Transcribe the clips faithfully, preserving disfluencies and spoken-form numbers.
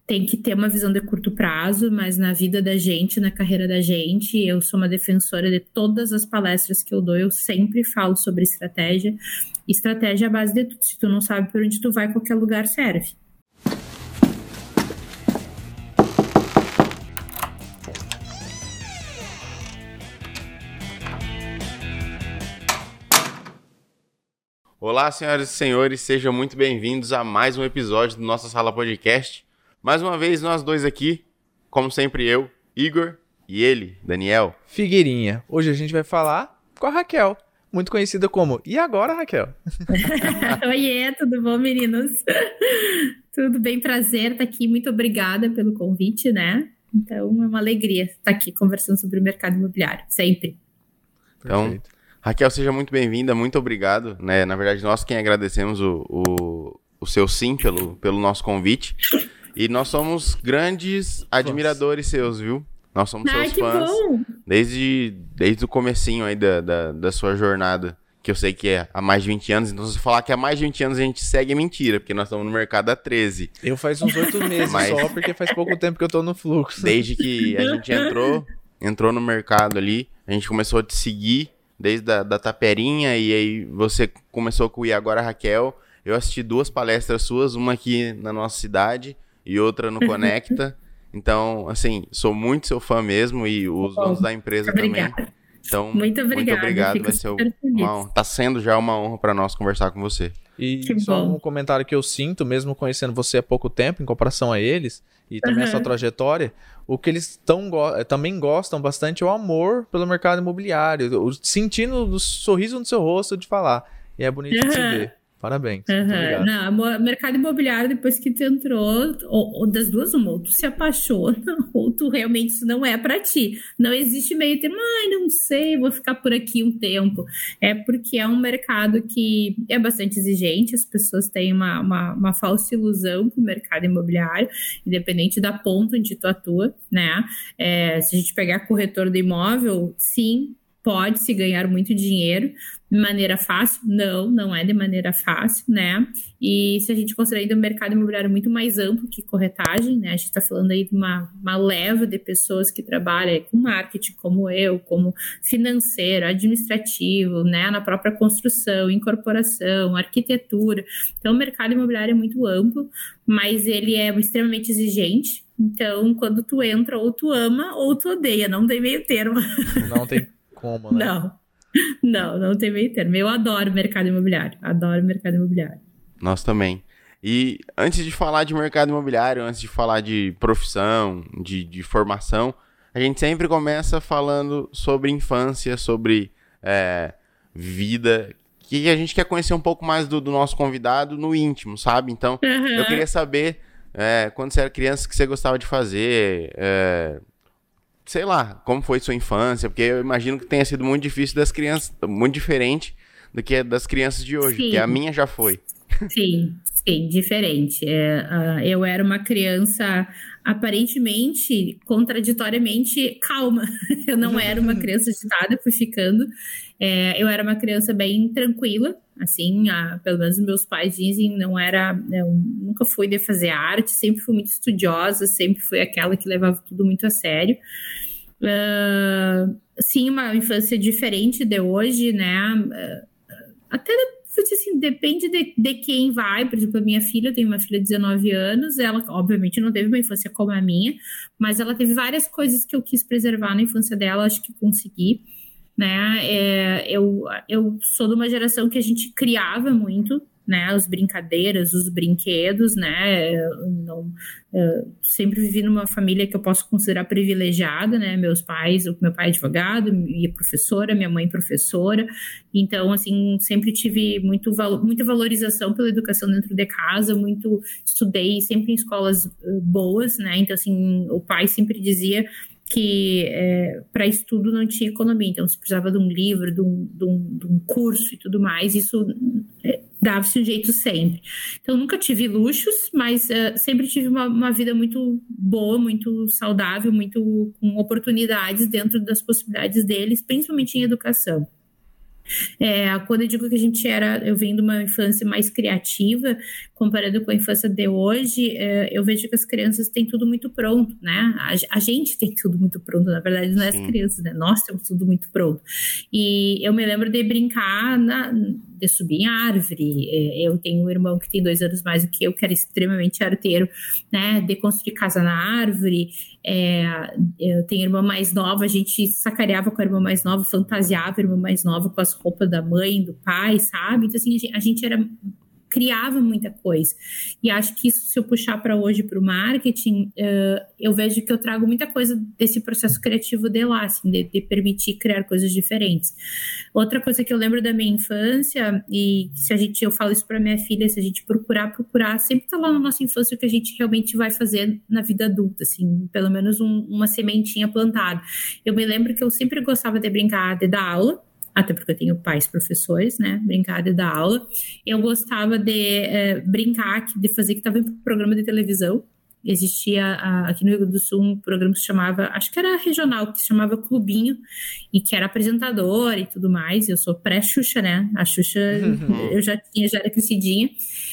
tem que ter uma visão de curto prazo, mas na vida da gente, na carreira da gente, eu sou uma defensora de todas as palestras que eu dou, eu sempre falo sobre estratégia. Estratégia é a base de tudo. Se tu não sabe por onde tu vai, qualquer lugar serve. Olá, senhoras e senhores, sejam muito bem-vindos a mais um episódio do Nossa Sala Podcast. Mais uma vez, nós dois aqui, como sempre eu, Igor, e ele, Daniel Figueirinha. Hoje a gente vai falar com a Raquel, muito conhecida como E Agora, Raquel? Oiê, tudo bom, meninos? Tudo bem, prazer estar aqui, muito obrigada pelo convite, né? Então, é uma alegria estar aqui conversando sobre o mercado imobiliário, sempre. Então, Perfeito. Raquel, seja muito bem-vinda, muito obrigado, né? Na verdade, nós quem agradecemos o, o, o seu sim pelo, pelo nosso convite. E nós somos grandes admiradores seus, viu? Nós somos Ai, seus que fãs bom. desde, desde o comecinho aí da, da, da sua jornada, que eu sei que é há mais de vinte anos. Então, se você falar que há mais de vinte anos a gente segue, é mentira, porque nós estamos no mercado há treze. Eu faz uns oito meses Mas- só, porque faz pouco tempo que eu tô no fluxo. Desde que a gente entrou, entrou no mercado ali, a gente começou a te seguir desde a da Taperinha, e aí você começou com o E Agora, Raquel. Eu assisti duas palestras suas, uma aqui na nossa cidade e outra no Conecta. Então, assim, sou muito seu fã mesmo, e os Bom, donos da empresa também. Obrigada. Então, Muito obrigada, muito obrigado. fico Vai ser super feliz. uma honra. Tá sendo já uma honra para nós conversar com você. E Que só bom. um comentário que eu sinto, mesmo conhecendo você há pouco tempo, em comparação a eles, e também a sua Uhum. trajetória, o que eles tão go- também gostam bastante é o amor pelo mercado imobiliário, o- sentindo o sorriso no seu rosto de falar. E é bonito de se Uhum. ver. Parabéns. Muito Uhum. obrigado. Não, mo- mercado imobiliário, depois que tu entrou, ou, ou das duas, uma, ou tu se apaixona, ou tu realmente isso não é pra ti. Não existe meio termo, ai, não sei, vou ficar por aqui um tempo. É porque é um mercado que é bastante exigente, as pessoas têm uma, uma, uma falsa ilusão com o mercado imobiliário, independente da ponta onde tu atua, né? É, se a gente pegar corretor do imóvel, sim, pode-se ganhar muito dinheiro de maneira fácil? Não, não é de maneira fácil, né? E se a gente considerar ainda o mercado imobiliário muito mais amplo que corretagem, né? A gente está falando aí de uma, uma leva de pessoas que trabalham com marketing, como eu, como financeiro, administrativo, né? Na própria construção, incorporação, arquitetura. Então, o mercado imobiliário é muito amplo, mas ele é extremamente exigente. Então, quando tu entra, ou tu ama ou tu odeia, não tem meio termo. Não tem como, né? Não, não, não tem meio termo. Eu adoro mercado imobiliário, adoro mercado imobiliário. Nós também. E antes de falar de mercado imobiliário, antes de falar de profissão, de, de formação, a gente sempre começa falando sobre infância, sobre é, vida, que a gente quer conhecer um pouco mais do, do nosso convidado no íntimo, sabe? Então, eu queria saber, é, quando você era criança, o que você gostava de fazer, é, sei lá, como foi sua infância, porque eu imagino que tenha sido muito difícil das crianças, muito diferente do que das crianças de hoje, Sim. porque a minha já foi. Sim, sim, diferente. É, ah, eu era uma criança aparentemente, contraditoriamente calma. Eu não era uma criança agitada, fui ficando. É, eu era uma criança bem tranquila, assim, ah, pelo menos meus pais dizem, não era, eu nunca fui de fazer arte, sempre fui muito estudiosa, sempre fui aquela que levava tudo muito a sério. Uh, sim, uma infância diferente de hoje, né? Uh, até assim, depende de, de quem vai. Por exemplo, a minha filha, eu tenho uma filha de dezenove anos, ela obviamente não teve uma infância como a minha, mas ela teve várias coisas que eu quis preservar na infância dela, acho que consegui, né? É, eu, eu sou de uma geração que a gente criava muito, né, as brincadeiras, os brinquedos, né, eu não, eu sempre vivi numa família que eu posso considerar privilegiada, né, meus pais, o meu pai é advogado, minha professora, minha mãe professora, então, assim, sempre tive muito, muita valorização pela educação dentro de casa, muito, estudei sempre em escolas boas, né, então, assim, o pai sempre dizia que é, para estudo não tinha economia, então se precisava de um livro, de um, de um, de um curso e tudo mais, isso é, dava-se um jeito sempre. Então nunca tive luxos, mas uh, sempre tive uma, uma vida muito boa, muito saudável, muito com oportunidades dentro das possibilidades deles, principalmente em educação. É, quando eu digo que a gente era, eu venho de uma infância mais criativa, comparando com a infância de hoje, eu vejo que as crianças têm tudo muito pronto, né? A gente tem tudo muito pronto, na verdade não é as crianças, né? Nós temos tudo muito pronto. E eu me lembro de brincar, na, de subir em árvore. Eu tenho um irmão que tem dois anos mais do que eu, que era extremamente arteiro, né? De construir casa na árvore. É, eu tenho irmã mais nova, a gente sacareava com a irmã mais nova, fantasiava a irmã mais nova com as roupas da mãe, do pai, sabe? Então, assim, a gente, a gente era... criava muita coisa, e acho que isso, se eu puxar para hoje para o marketing, uh, eu vejo que eu trago muita coisa desse processo criativo de lá, assim, de, de permitir criar coisas diferentes. Outra coisa que eu lembro da minha infância, e se a gente, eu falo isso para minha filha, se a gente procurar, procurar, sempre tá lá na nossa infância o que a gente realmente vai fazer na vida adulta, assim, pelo menos um, uma sementinha plantada. Eu me lembro que eu sempre gostava de brincar, de dar aula, até porque eu tenho pais professores, né, brincar de dar aula. Eu gostava de é, brincar, de fazer que estava em programa de televisão. Existia a, aqui no Rio Grande do Sul um programa que se chamava, acho que era regional, que se chamava Clubinho, e que era apresentador e tudo mais. Eu sou pré-Xuxa, né, a Xuxa uhum. eu já tinha, já era crescidinha.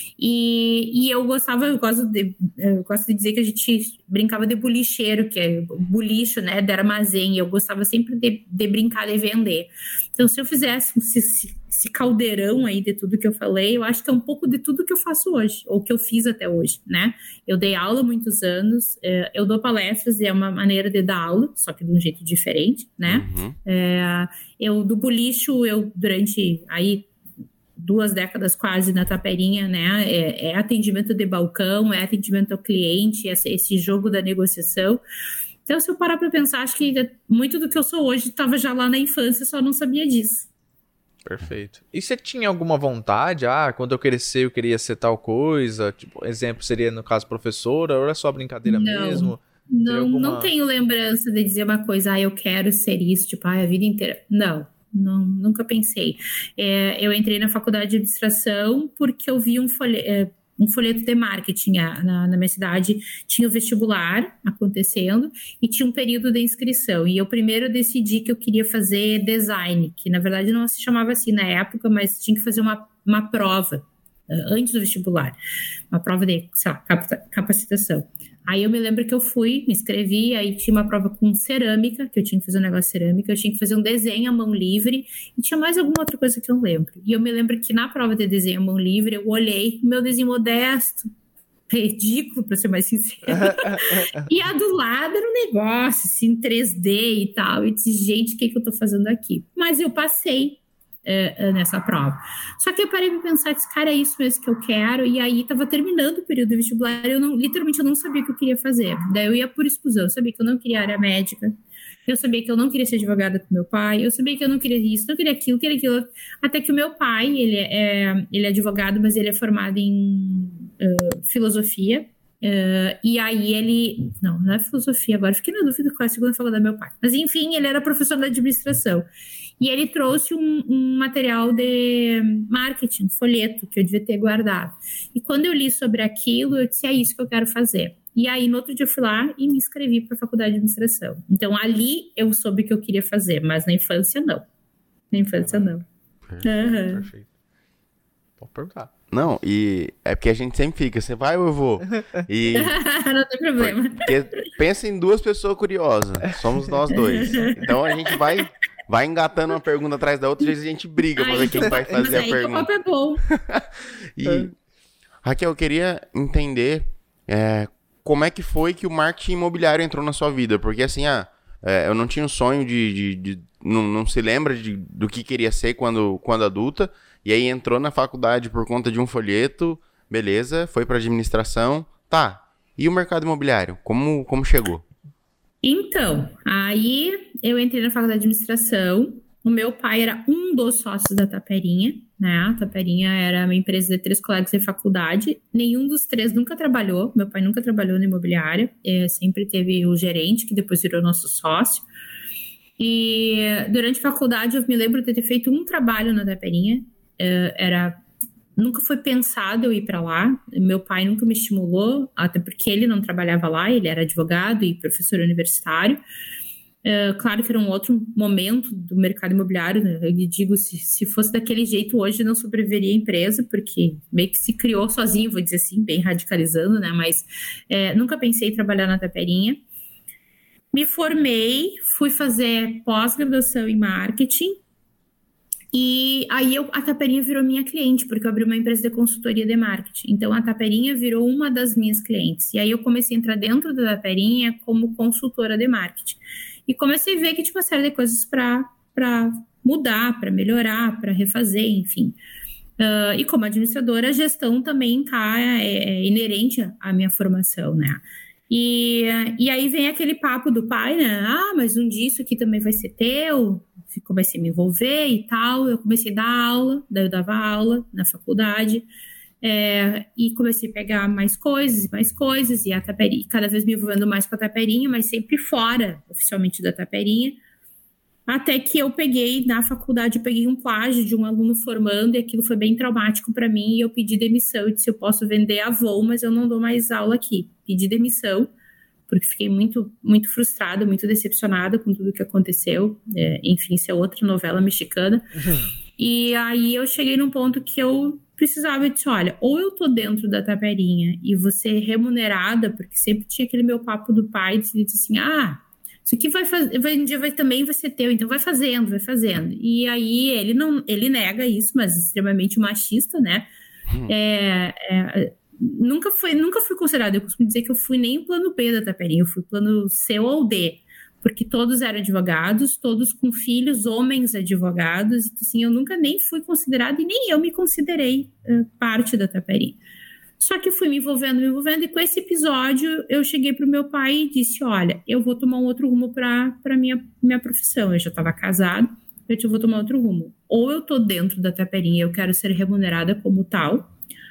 E, e eu gostava, eu gosto, de, eu gosto de dizer que a gente brincava de bolicheiro, que é bolicho, né, de armazém. Eu gostava sempre de, de brincar, de vender. Então, se eu fizesse esse, esse caldeirão aí de tudo que eu falei, eu acho que é um pouco de tudo que eu faço hoje, ou que eu fiz até hoje, né? Eu dei aula há muitos anos, eu dou palestras e é uma maneira de dar aula, só que de um jeito diferente, né? Uhum. É, eu, do bolicho, eu durante aí duas décadas quase na Taperinha, né, é, é atendimento de balcão, é atendimento ao cliente, esse, esse jogo da negociação. Então, se eu parar para pensar, acho que muito do que eu sou hoje estava já lá na infância, só não sabia disso. Perfeito. E você tinha alguma vontade? Ah, quando eu crescer eu queria ser tal coisa? Tipo, exemplo seria, no caso, professora, ou era só brincadeira não, mesmo? Não, alguma... não tenho lembrança de dizer uma coisa, ah, eu quero ser isso, tipo, ah, a vida inteira. Não. Não, nunca pensei. É, eu entrei na faculdade de administração porque eu vi um, folhe, é, um folheto de marketing na, na minha cidade. Tinha o vestibular acontecendo e tinha um período de inscrição. E eu primeiro decidi que eu queria fazer design, que na verdade não se chamava assim na época, mas tinha que fazer uma, uma prova antes do vestibular. Uma prova de, sei lá, capacitação. Aí eu me lembro que eu fui, me inscrevi, aí tinha uma prova com cerâmica, que eu tinha que fazer um negócio de cerâmica, eu tinha que fazer um desenho à mão livre, e tinha mais alguma outra coisa que eu lembro. E eu me lembro que na prova de desenho à mão livre, eu olhei meu desenho modesto, ridículo, pra ser mais sincero, e a do lado era um negócio, assim, três D e tal, e disse, gente, o que que eu tô fazendo aqui? Mas eu passei Uh, uh, nessa prova. Só que eu parei pra pensar, disse, cara, é isso mesmo que eu quero, e aí tava terminando o período de vestibular, eu não, literalmente eu não sabia o que eu queria fazer. Daí eu ia por exclusão, eu sabia que eu não queria área médica, eu sabia que eu não queria ser advogada com meu pai, eu sabia que eu não queria isso, não queria aquilo, queria aquilo, até que o meu pai, ele é, ele é advogado, mas ele é formado em uh, filosofia. Uh, e aí ele... Não, não é filosofia agora. Fiquei na dúvida qual é a segunda faculdade do meu pai. Mas enfim, ele era professor da administração. E ele trouxe um, um material de marketing, folheto, que eu devia ter guardado. E quando eu li sobre aquilo, eu disse, é isso que eu quero fazer. E aí, no outro dia, eu fui lá e me inscrevi para a faculdade de administração. Então, ali eu soube o que eu queria fazer, mas na infância, não. Na infância, não. Perfeito, uhum. Perfeito. Pode perguntar. Não, e é porque a gente sempre fica, você vai ou eu vou? E... não tem problema. Porque pensa em duas pessoas curiosas, somos nós dois. Então, a gente vai... Vai engatando uma pergunta atrás da outra, e a gente briga pra ver quem vai fazer a pergunta. Mas aí que o papo é bom. E, é. Raquel, eu queria entender é, como é que foi que o marketing imobiliário entrou na sua vida. Porque assim, ah, é, eu não tinha um sonho de... de, de não, não se lembra de, do que queria ser quando, quando adulta. E aí entrou na faculdade por conta de um folheto. Beleza, foi pra administração. Tá, e o mercado imobiliário? Como, como chegou? Então, aí eu entrei na faculdade de administração. O meu pai era um dos sócios da Taperinha, né? A Taperinha era uma empresa de três colegas de faculdade. Nenhum dos três nunca trabalhou. Meu pai nunca trabalhou na imobiliária. É, sempre teve o gerente, que depois virou nosso sócio. E durante a faculdade eu me lembro de ter feito um trabalho na Taperinha. É, era... Nunca foi pensado eu ir para lá. Meu pai nunca me estimulou, até porque ele não trabalhava lá, ele era advogado e professor universitário. Uh, claro que era um outro momento do mercado imobiliário, né? Eu lhe digo, se, se fosse daquele jeito hoje, não sobreviveria a empresa, porque meio que se criou sozinho, vou dizer assim, bem radicalizando, né? Mas é, nunca pensei em trabalhar na Taperinha. Me formei, fui fazer pós-graduação em marketing, e aí eu, a Taperinha virou minha cliente, porque eu abri uma empresa de consultoria de marketing. Então, a Taperinha virou uma das minhas clientes. E aí eu comecei a entrar dentro da Taperinha como consultora de marketing. E comecei a ver que tinha uma série de coisas para mudar, para melhorar, para refazer, enfim. Uh, e como administradora, a gestão também tá, é, é inerente à minha formação, né? E, e aí vem aquele papo do pai, né? Ah, mas um dia isso aqui também vai ser teu. Comecei a me envolver e tal. Eu comecei a dar aula, daí eu dava aula na faculdade. É, e comecei a pegar mais coisas, mais coisas. E a Taperinha, cada vez me envolvendo mais com a Taperinha, mas sempre fora, oficialmente, da Taperinha. Até que eu peguei, na faculdade, eu peguei um plágio de um aluno formando, e aquilo foi bem traumático para mim, e eu pedi demissão. Eu disse, eu posso vender a Avon, mas eu não dou mais aula aqui. Pedi demissão, porque fiquei muito, muito frustrada, muito decepcionada com tudo que aconteceu. É, enfim, isso é outra novela mexicana. Uhum. E aí eu cheguei num ponto que eu precisava, eu disse, olha, ou eu tô dentro da Taperinha e vou ser remunerada, porque sempre tinha aquele meu papo do pai, ele disse assim, ah, isso aqui vai fazer, vai, um dia vai, também vai ser teu, então vai fazendo, vai fazendo. E aí ele não, ele nega isso, mas extremamente machista, né? Hum. É, é, nunca, foi, nunca fui considerada, eu costumo dizer que eu fui nem plano B da Taperinha, eu fui plano C ou D, porque todos eram advogados, todos com filhos, homens advogados, então assim, eu nunca nem fui considerada e nem eu me considerei uh, parte da Taperinha. Só que fui me envolvendo, me envolvendo, e com esse episódio eu cheguei pro meu pai e disse, olha, eu vou tomar um outro rumo para para minha minha profissão. Eu já estava casada, eu disse, eu vou tomar outro rumo. Ou eu tô dentro da Taperinha, eu quero ser remunerada como tal,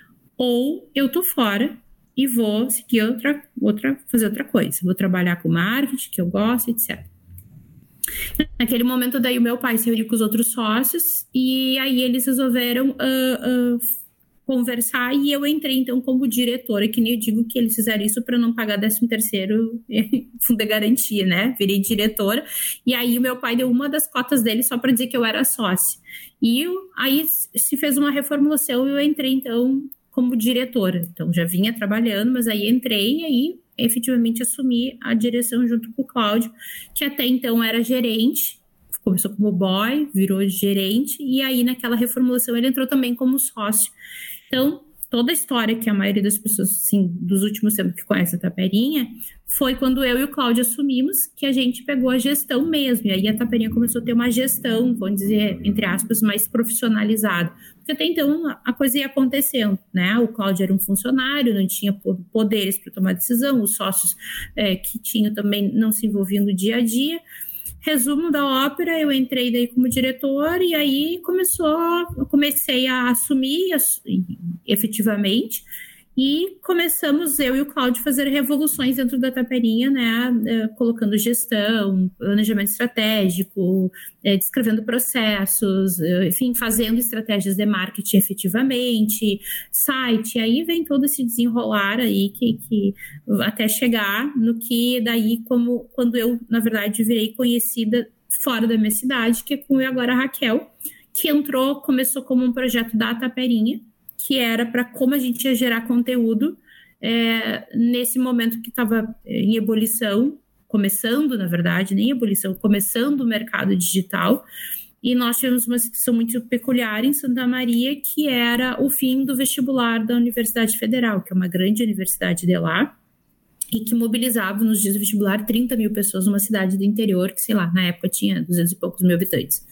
ou eu tô fora e vou seguir outra, outra, fazer outra coisa. Vou trabalhar com marketing, que eu gosto, etcétera. Naquele momento, daí, o meu pai se reuniu com os outros sócios, e aí eles resolveram uh, uh, conversar, e eu entrei, então, como diretora, que nem eu digo que eles fizeram isso para não pagar décimo terceiro fundo de garantia, né? Virei diretora, e aí o meu pai deu uma das cotas dele só para dizer que eu era sócia. E eu, aí se fez uma reformulação, e eu entrei, então, como diretora. Então, já vinha trabalhando, mas aí entrei e aí efetivamente assumi a direção junto com o Cláudio, que até então era gerente, começou como boy, virou gerente, e aí naquela reformulação ele entrou também como sócio. Então, toda a história que a maioria das pessoas, assim, dos últimos tempos que conhece a Taperinha, foi quando eu e o Cláudio assumimos que a gente pegou a gestão mesmo, e aí a Taperinha começou a ter uma gestão, vamos dizer, entre aspas, mais profissionalizada. Porque até então a coisa ia acontecendo, né? O Cláudio era um funcionário, não tinha poderes para tomar decisão, os sócios é, que tinham também não se envolviam no dia a dia. Resumo da ópera, eu entrei daí como diretor, e aí começou, eu comecei a assumir efetivamente, e começamos, eu e o Cláudio, a fazer revoluções dentro da Taperinha, né, colocando gestão, planejamento estratégico, descrevendo processos, enfim, fazendo estratégias de marketing efetivamente, site, aí vem todo esse desenrolar aí, que, que até chegar no que daí, como quando eu, na verdade, virei conhecida fora da minha cidade, que é com eu agora a Raquel, que entrou, começou como um projeto da Taperinha, que era para como a gente ia gerar conteúdo é, nesse momento que estava em ebulição, começando, na verdade, nem ebulição, começando o mercado digital, e nós tivemos uma situação muito peculiar em Santa Maria, que era o fim do vestibular da Universidade Federal, que é uma grande universidade de lá, e que mobilizava nos dias do vestibular trinta mil pessoas numa cidade do interior, que, sei lá, na época tinha duzentos e poucos mil habitantes.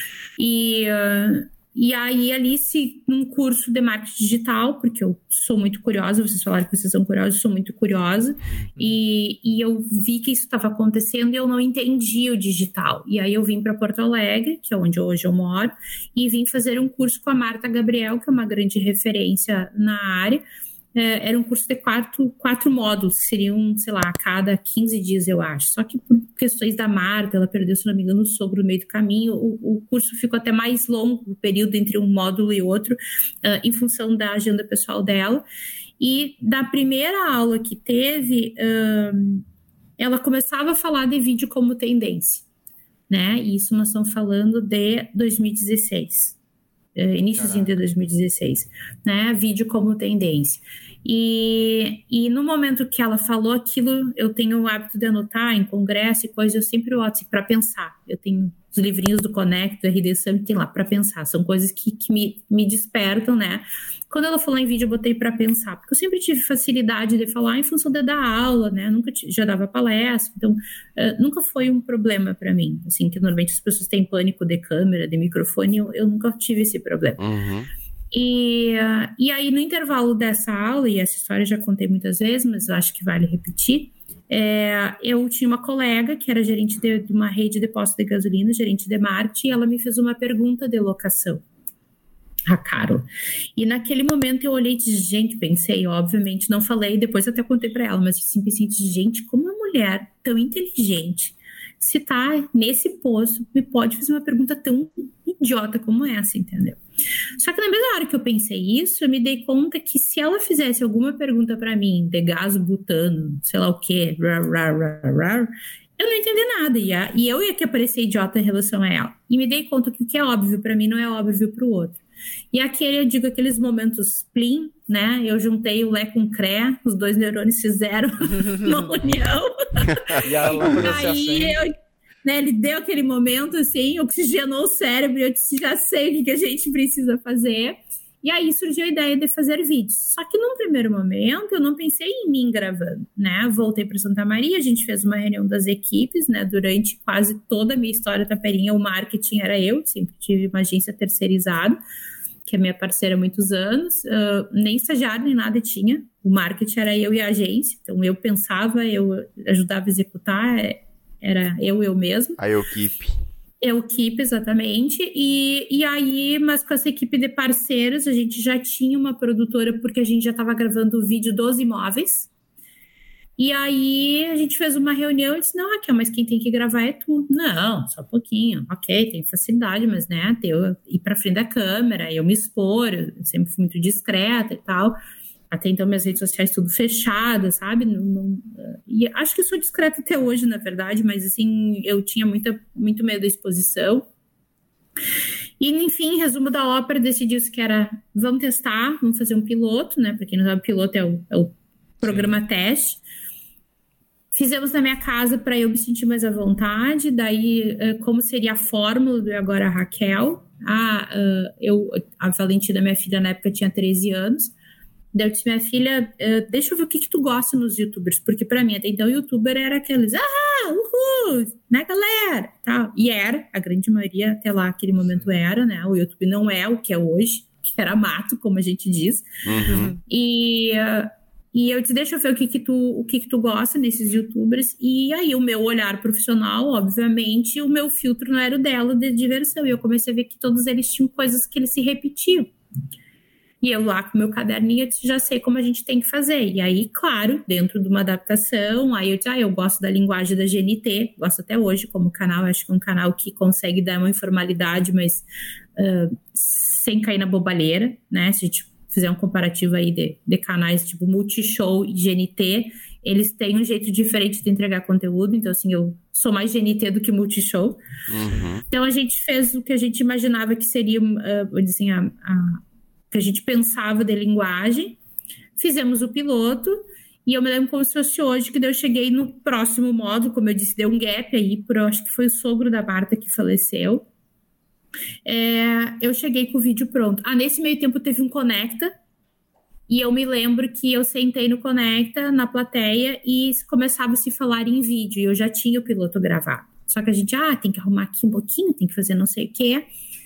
E... Uh, E aí, ali, se, num curso de marketing digital, porque eu sou muito curiosa, vocês falaram que vocês são curiosos, eu sou muito curiosa, e, e eu vi que isso estava acontecendo e eu não entendi o digital. E aí eu vim para Porto Alegre, que é onde hoje eu moro, e vim fazer um curso com a Marta Gabriel, que é uma grande referência na área. É, era um curso de quatro, quatro módulos, que seriam, sei lá, a cada quinze dias, eu acho. Só que por questões da Marta, ela perdeu, se não me engano, o sogro no meio do caminho, o, o curso ficou até mais longo, o período entre um módulo e outro, uh, em função da agenda pessoal dela. E da primeira aula que teve, uh, ela começava a falar de vídeo como tendência, né? E isso nós estamos falando de dois mil e dezesseis, iníciozinho de dois mil e dezesseis, né? Vídeo como tendência. E, e no momento que ela falou aquilo, eu tenho o hábito de anotar em congresso e coisas, eu sempre boto assim, para pensar. Eu tenho os livrinhos do Connect, do R D Summit, tem lá para pensar. São coisas que, que me, me despertam, né? Quando ela falou em vídeo, eu botei para pensar, porque eu sempre tive facilidade de falar em função de dar aula, né? Nunca t- já dava palestra, então uh, nunca foi um problema para mim. Assim, que normalmente as pessoas têm pânico de câmera, de microfone, eu, eu nunca tive esse problema. Uhum. E, uh, e aí, no intervalo dessa aula, e essa história eu já contei muitas vezes, mas eu acho que vale repetir, é, eu tinha uma colega que era gerente de, de uma rede de postos de gasolina, gerente de marketing, e ela me fez uma pergunta de locação. A Carol. E naquele momento eu olhei de gente, pensei, obviamente, não falei, depois até contei para ela, mas assim, pensei de gente, como uma mulher tão inteligente, se tá nesse posto, me pode fazer uma pergunta tão idiota como essa, entendeu? Só que na mesma hora que eu pensei isso, eu me dei conta que se ela fizesse alguma pergunta para mim, de gás butano, sei lá o quê, rar, rar, rar, rar, eu não entendi nada, e, a, e eu ia que parecer idiota em relação a ela. E me dei conta que o que é óbvio para mim não é óbvio para o outro. E aquele, eu digo, aqueles momentos plim, né? Eu juntei o Lé com o Cré, os dois neurônios fizeram uma união. E a lâmpada se Aí acende. eu, né, ele deu aquele momento assim, oxigenou o cérebro, e eu disse, já sei o que, que a gente precisa fazer. E aí surgiu a ideia de fazer vídeos. Só que num primeiro momento eu não pensei em mim gravando, né? Voltei para Santa Maria, a gente fez uma reunião das equipes, né? Durante quase toda a minha história taperinha, o marketing era eu, sempre tive uma agência terceirizada, que é minha parceira há muitos anos, uh, nem estagiário nem nada tinha, o marketing era eu e a agência, então eu pensava, eu ajudava a executar, era eu, eu mesmo. A equipe. Eu equipe, exatamente, e, e aí, mas com essa equipe de parceiros, a gente já tinha uma produtora, porque a gente já estava gravando o vídeo dos imóveis, e aí a gente fez uma reunião e disse, não, Raquel, mas quem tem que gravar é tu. Não, só um pouquinho, ok, tem facilidade, mas né, eu ir pra frente da câmera, eu me expor, eu sempre fui muito discreta e tal, até então minhas redes sociais tudo fechadas, sabe, não, não, e acho que sou discreta até hoje, na verdade, mas assim, eu tinha muita, muito medo da exposição. E, enfim, resumo da ópera, decidiu-se que era, vamos testar, vamos fazer um piloto, né, pra quem não sabe, o piloto é o, é o programa Sim. teste. Fizemos na minha casa para eu me sentir mais à vontade, daí como seria a fórmula do Agora Raquel. Ah, eu, a Valentina, minha filha, na época tinha treze anos, daí eu disse, minha filha, deixa eu ver o que, que tu gosta nos youtubers, porque para mim até então o youtuber era aqueles, ah, uhul, né galera, tal. E era, a grande maioria até lá, aquele momento era, né, o YouTube não é o que é hoje, que era mato, como a gente diz. Uhum. E... E eu disse, deixa eu ver o que que tu, o que que tu gosta nesses youtubers. E aí o meu olhar profissional, obviamente, o meu filtro não era o dela de diversão. E eu comecei a ver que todos eles tinham coisas que eles se repetiam. E eu lá com o meu caderninho, eu disse, já sei como a gente tem que fazer. E aí, claro, dentro de uma adaptação, aí eu disse, ah, eu gosto da linguagem da G N T, gosto até hoje como canal, acho que é um canal que consegue dar uma informalidade, mas uh, sem cair na bobalheira, né? Se a gente fizer um comparativo aí de, de canais tipo Multishow e G N T, eles têm um jeito diferente de entregar conteúdo, então assim, eu sou mais G N T do que Multishow. Uhum. Então a gente fez o que a gente imaginava que seria, uh, assim, a, a, que a gente pensava de linguagem, fizemos o piloto, e eu me lembro como se fosse hoje, que eu cheguei no próximo módulo, como eu disse, deu um gap aí, por, eu acho que foi o sogro da Marta que faleceu. É, eu cheguei com o vídeo pronto. Ah, nesse meio tempo teve um Conecta, e eu me lembro que eu sentei no Conecta, na plateia, e começava a se falar em vídeo, e eu já tinha o piloto gravado. Só que a gente, ah, tem que arrumar aqui um pouquinho, tem que fazer não sei o quê.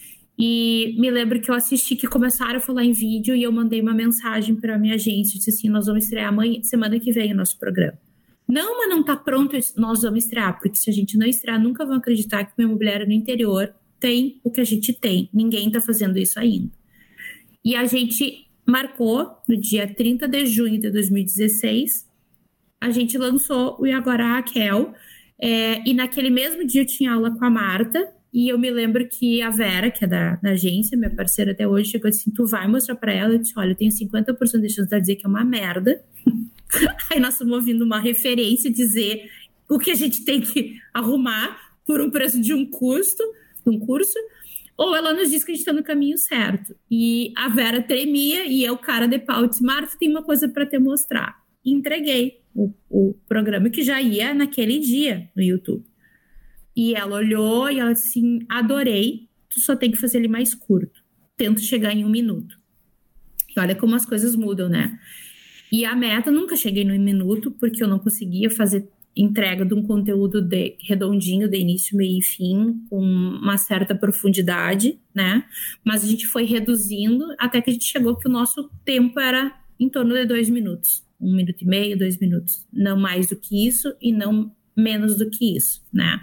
E me lembro que eu assisti que começaram a falar em vídeo, e eu mandei uma mensagem para a minha agência, disse assim, nós vamos estrear amanhã, semana que vem o nosso programa. Não, mas não tá pronto, nós vamos estrear, porque se a gente não estrear, nunca vão acreditar que uma imobiliária no interior tem o que a gente tem. Ninguém tá fazendo isso ainda. E a gente marcou, no dia trinta de junho de dois mil e dezesseis, a gente lançou o E Agora Raquel, é, e naquele mesmo dia eu tinha aula com a Marta, e eu me lembro que a Vera, que é da, da agência, minha parceira até hoje, chegou assim, tu vai mostrar pra ela? Eu disse, olha, eu tenho cinquenta por cento de chance de dizer que é uma merda. Aí nós estamos ouvindo uma referência dizer o que a gente tem que arrumar por um preço de um custo, um curso, ou ela nos diz que a gente está no caminho certo. E a Vera tremia e eu, cara de pau, disse, Marta, tem uma coisa para te mostrar. E entreguei o, o programa que já ia naquele dia no YouTube. E ela olhou e ela disse assim, adorei, tu só tem que fazer ele mais curto. Tento chegar em um minuto. E olha como as coisas mudam, né? E a meta, nunca cheguei no minuto, porque eu não conseguia fazer entrega de um conteúdo de, redondinho, de início, meio e fim, com uma certa profundidade, né? Mas a gente foi reduzindo até que a gente chegou que o nosso tempo era em torno de dois minutos. Um minuto e meio, dois minutos. Não mais do que isso e não menos do que isso, né?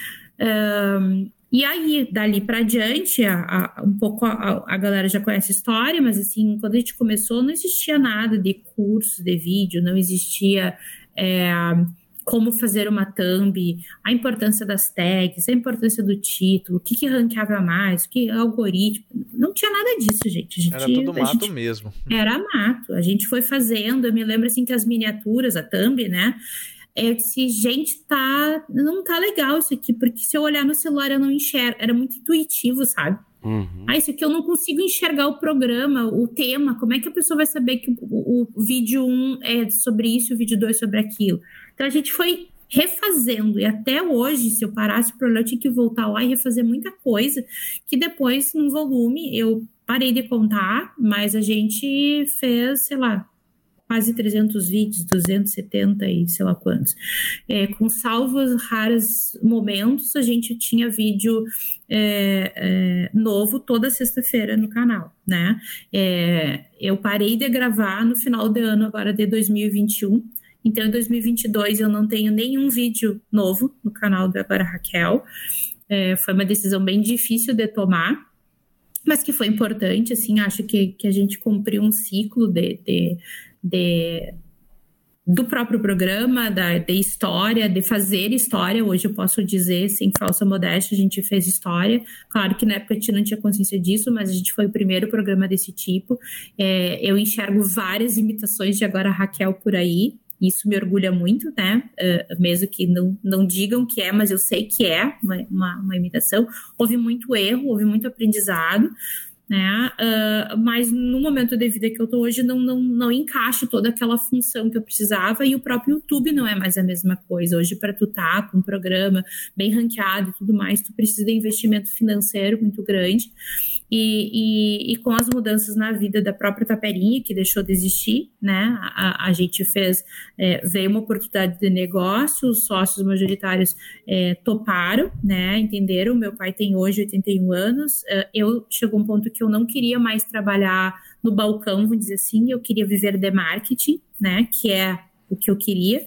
Um, e aí, dali para diante, a, a, um pouco a, a galera já conhece a história, mas assim, quando a gente começou, não existia nada de cursos de vídeo, não existia é, como fazer uma thumb, a importância das tags, a importância do título, o que, que ranqueava mais, o que algoritmo, não tinha nada disso, gente. A gente era tudo mato gente, mesmo. Era mato, a gente foi fazendo, eu me lembro assim que as miniaturas, a thumb, né, eu disse, gente, tá, não tá legal isso aqui, porque se eu olhar no celular eu não enxergo, era muito intuitivo, sabe? Uhum. Ah, isso aqui eu não consigo enxergar o programa, o tema, como é que a pessoa vai saber que o, o vídeo um é sobre isso, o vídeo dois sobre aquilo? Então a gente foi refazendo, e até hoje, se eu parasse por olhar, eu tinha que voltar lá e refazer muita coisa, que depois, no volume, eu parei de contar, mas a gente fez, sei lá, quase trezentos vídeos, duzentos e setenta e sei lá quantos. É, com salvos raros momentos, a gente tinha vídeo é, é, novo toda sexta-feira no canal, né? É, eu parei de gravar no final do ano agora de dois mil e vinte e um, então em dois mil e vinte e dois eu não tenho nenhum vídeo novo no canal do Agora Raquel. É, foi uma decisão bem difícil de tomar, mas que foi importante, assim, acho que, que a gente cumpriu um ciclo de... de De, do próprio programa, da, de história, de fazer história. Hoje eu posso dizer, sem falsa modéstia, a gente fez história. Claro que na época a gente não tinha consciência disso, mas a gente foi o primeiro programa desse tipo. É, eu enxergo várias imitações de Agora Raquel por aí. Isso me orgulha muito, né? Uh, mesmo que não, não digam que é, mas eu sei que é uma, uma, uma imitação. Houve muito erro, houve muito aprendizado, né? Uh, mas no momento de vida que eu tô hoje não, não, não encaixo toda aquela função que eu precisava, e o próprio YouTube não é mais a mesma coisa. Hoje, para tu estar com um programa bem ranqueado e tudo mais, tu precisa de investimento financeiro muito grande, e, e, e com as mudanças na vida da própria Taperinha, que deixou de existir, né? A, a gente fez, é, veio uma oportunidade de negócio, os sócios majoritários é, toparam, né? Entenderam, meu pai tem hoje oitenta e um anos, uh, eu chegou um ponto que eu não queria mais trabalhar no balcão, vamos dizer assim, eu queria viver de marketing, né, que é o que eu queria,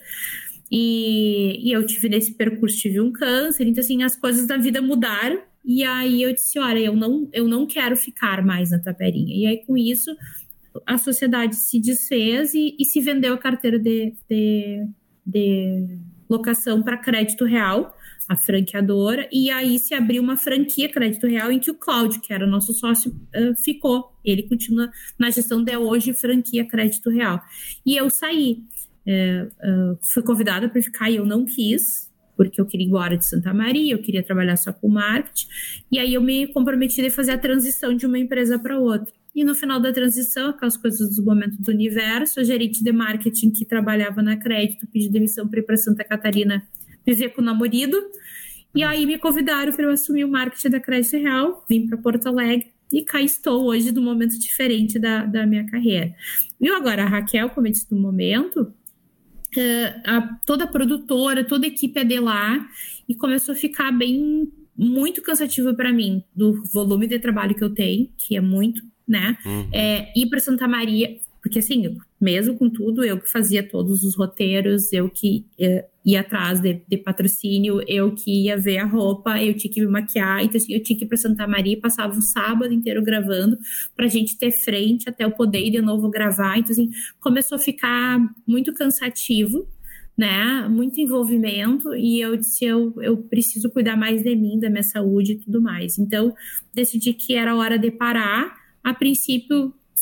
e, e eu tive nesse percurso, tive um câncer, então assim, as coisas da vida mudaram, e aí eu disse, olha, eu não, eu não quero ficar mais na Taperinha, e aí com isso, a sociedade se desfez e, e se vendeu a carteira de, de, de locação para crédito real, a franqueadora, e aí se abriu uma franquia Crédito Real em que o Cláudio, que era nosso sócio, uh, ficou. Ele continua na gestão de hoje, franquia Crédito Real. E eu saí. Uh, uh, fui convidada para ficar e eu não quis, porque eu queria ir embora de Santa Maria, eu queria trabalhar só com marketing, e aí eu me comprometi a fazer a transição de uma empresa para outra. E no final da transição, aquelas coisas do momento do universo, a gerente de marketing que trabalhava na Crédito pediu demissão para ir para Santa Catarina viver com o namorado, e aí me convidaram para eu assumir o marketing da Crédito Real, vim para Porto Alegre, e cá estou hoje num momento diferente da, da minha carreira. E agora, a Raquel, como eu disse no momento, uh, a, toda a produtora, toda a equipe é de lá, e começou a ficar bem, muito cansativo para mim, do volume de trabalho que eu tenho, que é muito, né, uhum. é, ir para Santa Maria, porque assim, mesmo com tudo, eu que fazia todos os roteiros, eu que uh, ia atrás de, de patrocínio, eu que ia ver a roupa, eu tinha que me maquiar, então assim, eu tinha que ir para Santa Maria e passava um sábado inteiro gravando pra gente ter frente até eu poder ir de novo gravar. Então assim, começou a ficar muito cansativo, né, muito envolvimento, e eu disse, eu, eu preciso cuidar mais de mim, da minha saúde e tudo mais. Então, decidi que era hora de parar. A princípio,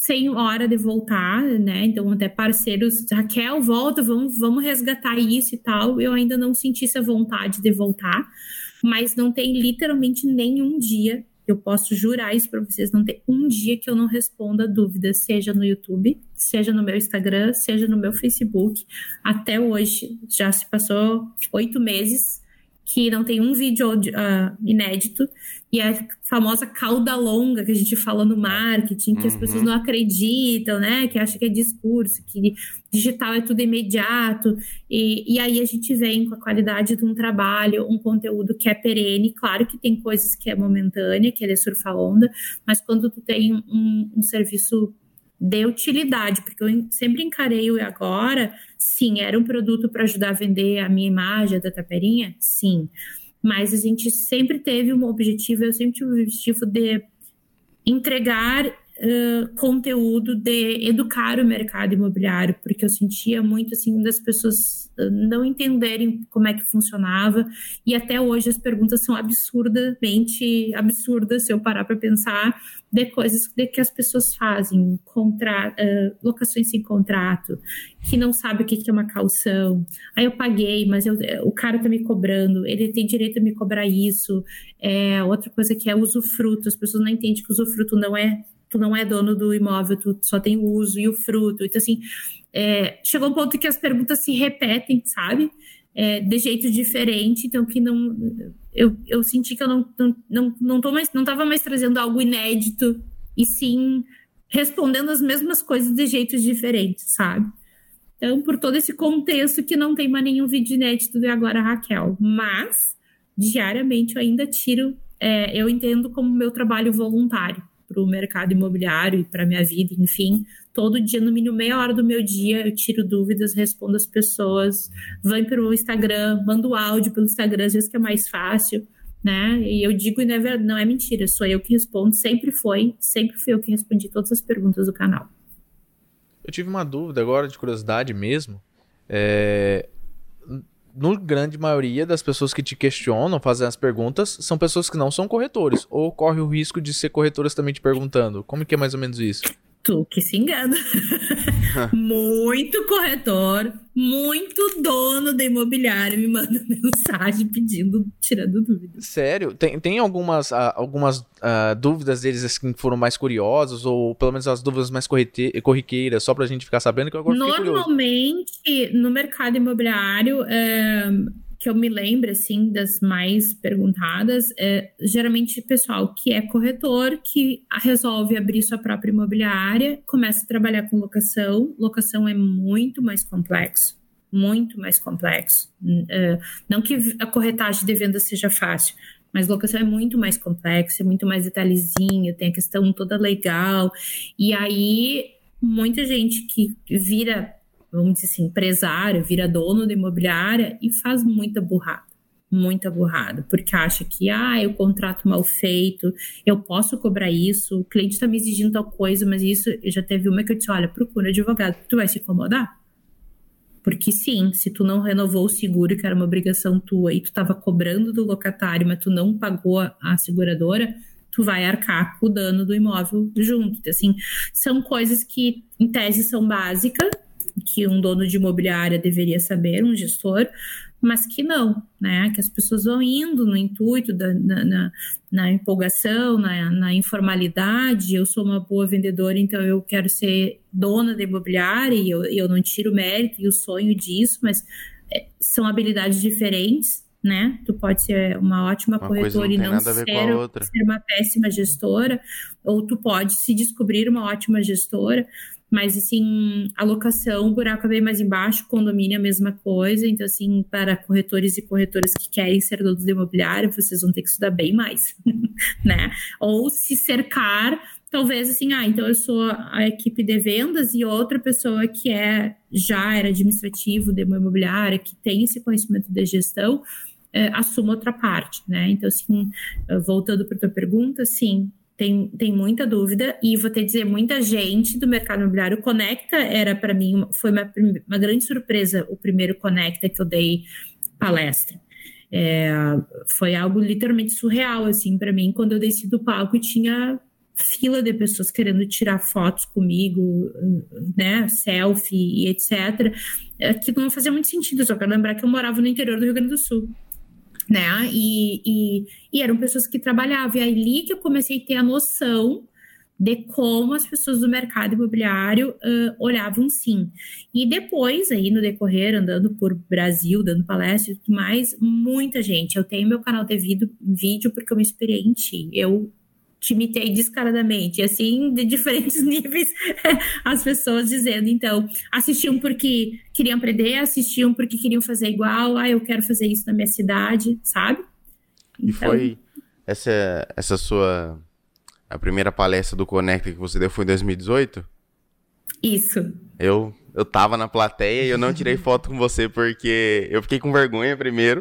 sem hora de voltar, né? Então, até parceiros, Raquel, volta, vamos, vamos resgatar isso e tal. Eu ainda não senti essa vontade de voltar, mas não tem literalmente nenhum dia, eu posso jurar isso para vocês, não tem um dia que eu não responda dúvidas, seja no YouTube, seja no meu Instagram, seja no meu Facebook. Até hoje, já se passou oito meses que não tem um vídeo uh, inédito, e a famosa cauda longa que a gente fala no marketing, que uhum. as pessoas não acreditam, né, que acham que é discurso, que digital é tudo imediato, e, e aí a gente vem com a qualidade de um trabalho, um conteúdo que é perene. Claro que tem coisas que é momentânea, que é surfar onda, mas quando tu tem um, um serviço de utilidade, porque eu sempre encarei o agora, sim, era um produto para ajudar a vender a minha imagem da Taperinha, sim, mas a gente sempre teve um objetivo, eu sempre tive o objetivo de entregar uh, conteúdo, de educar o mercado imobiliário, porque eu sentia muito, assim, das pessoas não entenderem como é que funcionava, e até hoje as perguntas são absurdamente absurdas, se eu parar para pensar, de coisas de que as pessoas fazem, contra, uh, locações sem contrato, que não sabe o que, que é uma caução. Aí eu paguei, mas eu, o cara tá me cobrando, ele tem direito a me cobrar isso. É, outra coisa que é usufruto, as pessoas não entendem que usufruto não é, tu não é dono do imóvel, tu só tem o uso e o fruto. Então, assim, é, chegou um ponto que as perguntas se repetem, sabe? É, de jeito diferente, então que não... Eu, eu senti que eu não, não, não, não, tô mais, não tava mais trazendo algo inédito, e sim respondendo as mesmas coisas de jeitos diferentes, sabe? Então, por todo esse contexto que não tem mais nenhum vídeo inédito de agora, Raquel. Mas, diariamente, eu ainda tiro... É, eu entendo como meu trabalho voluntário para o mercado imobiliário e para a minha vida, enfim. Todo dia, no mínimo meia hora do meu dia, eu tiro dúvidas, respondo as pessoas, vou pelo Instagram, mando áudio pelo Instagram, às vezes que é mais fácil, né? E eu digo, e não é, não é mentira, sou eu que respondo, sempre foi, sempre fui eu que respondi todas as perguntas do canal. Eu tive uma dúvida agora, de curiosidade mesmo. É... No grande maioria das pessoas que te questionam, fazem as perguntas, são pessoas que não são corretores, ou corre o risco de ser corretoras também te perguntando. Como que é mais ou menos isso? Tu que se engana. Muito corretor, muito dono da imobiliária me manda mensagem pedindo, tirando dúvidas. Sério? Tem, tem algumas, uh, algumas uh, dúvidas deles assim, que foram mais curiosas, ou pelo menos as dúvidas mais correte- corriqueiras, só pra gente ficar sabendo, que eu agora fiquei curioso. Normalmente, no mercado imobiliário, é, que eu me lembro, assim, das mais perguntadas, é geralmente pessoal que é corretor, que resolve abrir sua própria imobiliária, começa a trabalhar com locação. Locação é muito mais complexo, muito mais complexo. É, não que a corretagem de venda seja fácil, mas locação é muito mais complexo, é muito mais detalhezinho, tem a questão toda legal. E aí, muita gente que vira... vamos dizer assim, empresário, vira dono da imobiliária e faz muita burrada, muita burrada, porque acha que, ah, eu contrato mal feito, eu posso cobrar isso, o cliente está me exigindo tal coisa, mas isso, eu já teve uma que eu disse, olha, procura advogado, tu vai se incomodar? Porque sim, se tu não renovou o seguro, que era uma obrigação tua, e tu estava cobrando do locatário, mas tu não pagou a, a seguradora, tu vai arcar com o dano do imóvel junto. Então, assim, são coisas que, em tese, são básicas, que um dono de imobiliária deveria saber, um gestor, mas que não, né? Que as pessoas vão indo no intuito, da, na, na, na empolgação, na, na informalidade. Eu sou uma boa vendedora, então eu quero ser dona da imobiliária e eu, eu não tiro o mérito e o sonho disso, mas é, são habilidades diferentes, né? Tu pode ser uma ótima uma corretora não e não ser, ser uma péssima gestora, ou tu pode se descobrir uma ótima gestora. Mas, assim, a locação, o buraco é bem mais embaixo, condomínio é a mesma coisa. Então, assim, para corretores e corretoras que querem ser donos de imobiliário, vocês vão ter que estudar bem mais, né? Ou se cercar, talvez, assim, ah, então eu sou a equipe de vendas e outra pessoa que é, já era administrativo de uma imobiliária, que tem esse conhecimento de gestão, é, assuma outra parte, né? Então, assim, voltando para a tua pergunta, sim, Tem, tem muita dúvida, e vou te dizer, muita gente do mercado imobiliário. O Conecta era, para mim, foi uma, uma grande surpresa, o primeiro Conecta que eu dei palestra. É, foi algo literalmente surreal, assim, para mim, quando eu desci do palco e tinha fila de pessoas querendo tirar fotos comigo, né, selfie e etcétera, que não fazia muito sentido. Só quero lembrar que eu morava no interior do Rio Grande do Sul, né, e, e, e eram pessoas que trabalhavam, e é ali que eu comecei a ter a noção de como as pessoas do mercado imobiliário uh, olhavam, sim. E depois, aí no decorrer, andando por Brasil, dando palestras e tudo mais, muita gente. Eu tenho meu canal de vídeo, vídeo porque eu me inspirei em ti. Eu te imitei descaradamente, assim, de diferentes níveis, as pessoas dizendo. Então, assistiam porque queriam aprender, assistiam porque queriam fazer igual. Ah, eu quero fazer isso na minha cidade, sabe? Então... E foi essa, essa sua... A primeira palestra do Conecta que você deu foi em dois mil e dezoito? Isso. Eu, eu tava na plateia e eu não tirei foto com você porque eu fiquei com vergonha, primeiro.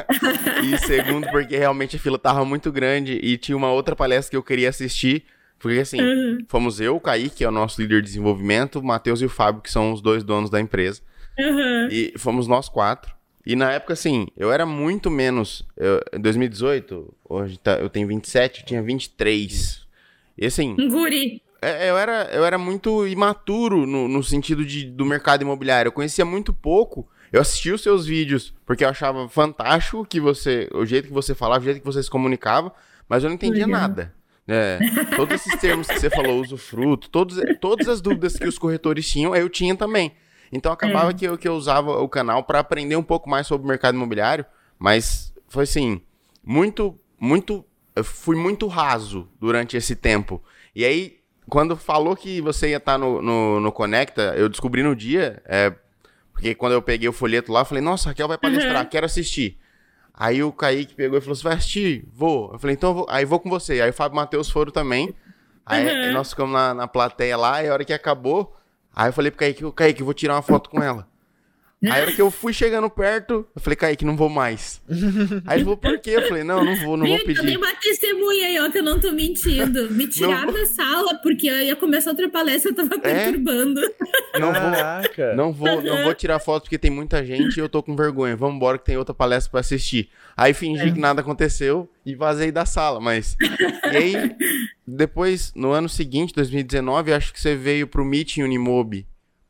E segundo, porque realmente a fila tava muito grande e tinha uma outra palestra que eu queria assistir. Porque assim, uhum. fomos eu, o Kaique, que é o nosso líder de desenvolvimento, o Matheus e o Fábio, que são os dois donos da empresa. Uhum. E fomos nós quatro. E na época, assim, eu era muito menos... Eu, em dois mil e dezoito, hoje tá, eu tenho vinte e sete, eu tinha vinte e três... E assim, Guri. Eu era, eu era muito imaturo no, no sentido de, do mercado imobiliário. Eu conhecia muito pouco. Eu assistia os seus vídeos porque eu achava fantástico que você, o jeito que você falava, o jeito que você se comunicava, mas eu não entendia Legal. nada. É, todos esses termos que você falou, usufruto, todos, todas as dúvidas que os corretores tinham, eu tinha também. Então acabava é. que, eu, que eu usava o canal para aprender um pouco mais sobre o mercado imobiliário, mas foi assim, muito, muito... Eu fui muito raso durante esse tempo. E aí, quando falou que você ia estar no, no, no Conecta, eu descobri no dia, é, porque quando eu peguei o folheto lá, eu falei, nossa, a Raquel vai palestrar, uhum. quero assistir. Aí o Kaique pegou e falou, você vai assistir? Vou. Eu falei, então eu vou. Aí vou com você. Aí o Fábio e o Matheus foram também. Aí uhum. nós ficamos na, na plateia lá, e a hora que acabou, aí eu falei pro Kaique, Kaique, eu vou tirar uma foto com ela. Aí a hora que eu fui chegando perto, eu falei, Kaique, não vou mais. Aí ele falou, por quê? Eu falei, não, não vou, não vou pedir. Eu dei uma testemunha aí, ó, que eu não tô mentindo. Me tiraram da sala, porque eu ia começar outra palestra, eu tava perturbando. É? Não vou, não vou, não vou tirar foto porque tem muita gente e eu tô com vergonha. Vamos embora que tem outra palestra pra assistir. Aí fingi é. que nada aconteceu e vazei da sala, mas... E aí, depois, no ano seguinte, dois mil e dezenove, acho que você veio pro Meeting Unimob.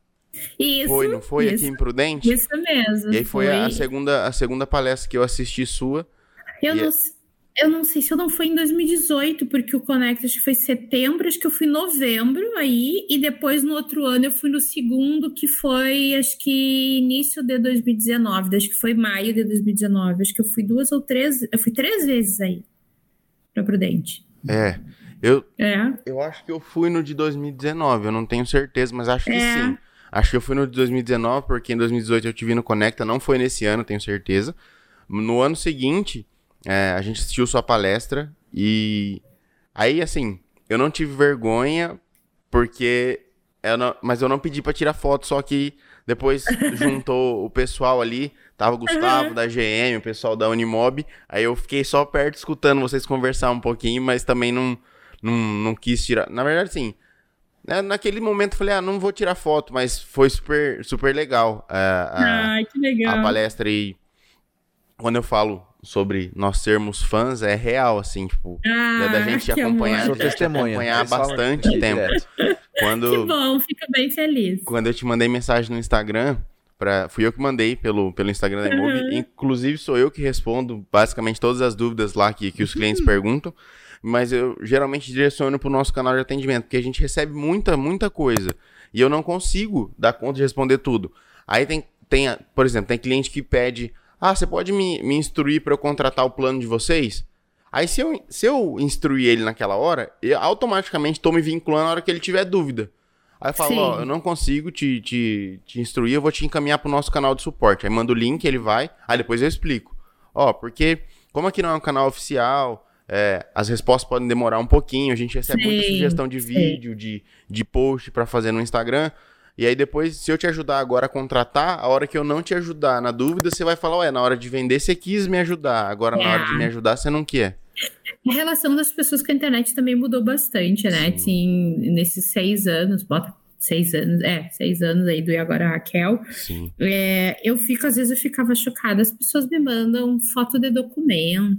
Isso, foi, não foi? Isso, aqui em Prudente? Isso mesmo. E aí foi, foi. A, segunda, a segunda palestra que eu assisti sua. Eu não, eu não sei se eu não fui em dois mil e dezoito, porque o Conecta acho que foi setembro, acho que eu fui em novembro aí, e depois no outro ano eu fui no segundo, que foi acho que início de dois mil e dezenove, acho que foi maio de dois mil e dezenove, acho que eu fui duas ou três, eu fui três vezes aí pra Prudente. É, eu, é. eu acho que eu fui no de dois mil e dezenove, eu não tenho certeza, mas acho que é. sim. Acho que eu fui no de dois mil e dezenove, porque em dois mil e dezoito eu te vi no Conecta, não foi nesse ano, tenho certeza. No ano seguinte, é, a gente assistiu sua palestra e... Aí, assim, eu não tive vergonha, porque... Eu não... Mas eu não pedi pra tirar foto, só que depois juntou o pessoal ali, tava o Gustavo, uhum. da G M, o pessoal da Unimob, aí eu fiquei só perto escutando vocês conversar um pouquinho, mas também não, não, não quis tirar... Na verdade, sim... Naquele momento eu falei, ah, não vou tirar foto, mas foi super, super legal, a, Ai, que legal a palestra. E quando eu falo sobre nós sermos fãs, é real, assim, tipo, ah, da gente acompanhar, gente acompanhar há bastante tempo. Quando, que bom, fico bem feliz. Quando eu te mandei mensagem no Instagram, pra, fui eu que mandei pelo, pelo Instagram da Imob, uhum. inclusive sou eu que respondo basicamente todas as dúvidas lá que, que os clientes uhum. perguntam. Mas eu geralmente direciono pro nosso canal de atendimento, porque a gente recebe muita, muita coisa. E eu não consigo dar conta de responder tudo. Aí tem, tem por exemplo, tem cliente que pede, ah, você pode me, me instruir para eu contratar o plano de vocês? Aí se eu, se eu instruir ele naquela hora, eu automaticamente estou me vinculando na hora que ele tiver dúvida. Aí eu falo, ó, oh, eu não consigo te, te, te instruir, eu vou te encaminhar pro nosso canal de suporte. Aí manda o link, ele vai, aí depois eu explico. Ó, porque como aqui não é um canal oficial... É, as respostas podem demorar um pouquinho, a gente recebe sim, muita sugestão de vídeo, de, de post pra fazer no Instagram, e aí depois, se eu te ajudar agora a contratar, a hora que eu não te ajudar na dúvida, você vai falar, ué, na hora de vender você quis me ajudar, agora é. na hora de me ajudar você não quer. A relação das pessoas com a internet também mudou bastante, né, assim, nesses seis anos, bota seis anos, é, seis anos aí do E Agora Raquel, Sim. É, eu fico, às vezes eu ficava chocada, as pessoas me mandam foto de documento,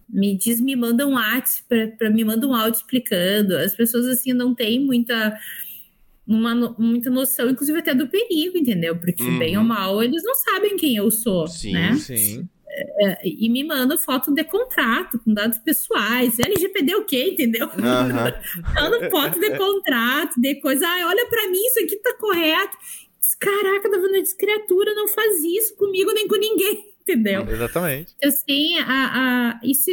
me diz, me manda um WhatsApp, pra, pra, me manda um áudio explicando. As pessoas, assim, não têm muita, uma, muita noção, inclusive até do perigo, entendeu? Porque, uhum. bem ou mal, eles não sabem quem eu sou, sim, né? Sim, é, E me mandam foto de contrato, com dados pessoais. L G P D o quê, entendeu? Uhum. Mandam foto de contrato, de coisa. Ah, olha pra mim, isso aqui tá correto. Caraca, tá vendo? Essa criatura não faz isso comigo nem com ninguém, entendeu? Exatamente. Assim, a, a, isso,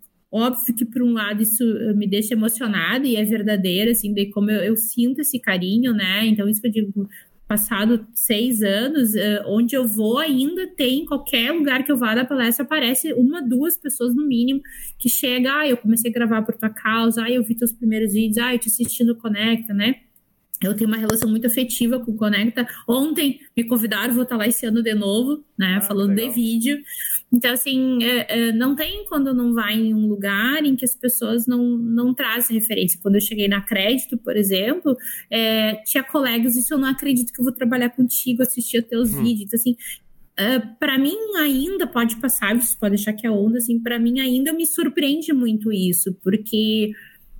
óbvio que por um lado isso me deixa emocionada e é verdadeiro, assim, de como eu, eu sinto esse carinho, né? Então isso que eu digo, passado seis anos, uh, onde eu vou ainda tem, qualquer lugar que eu vá da palestra, aparece uma, duas pessoas no mínimo que chega, ah, eu comecei a gravar por tua causa, ah, eu vi teus primeiros vídeos, ah, eu te assisti no Conecta, né? Eu tenho uma relação muito afetiva com o Conecta. Ontem me convidaram, vou estar lá esse ano de novo, né? Ah, falando de vídeo. Então, assim, é, é, não tem quando não vai em um lugar em que as pessoas não, não trazem referência. Quando eu cheguei na Crédito, por exemplo, é, tinha colegas, isso eu não acredito que eu vou trabalhar contigo, assistir teus hum. vídeos. Então, assim, uh, para mim ainda pode passar, você pode deixar que é onda, assim, para mim ainda me surpreende muito isso, porque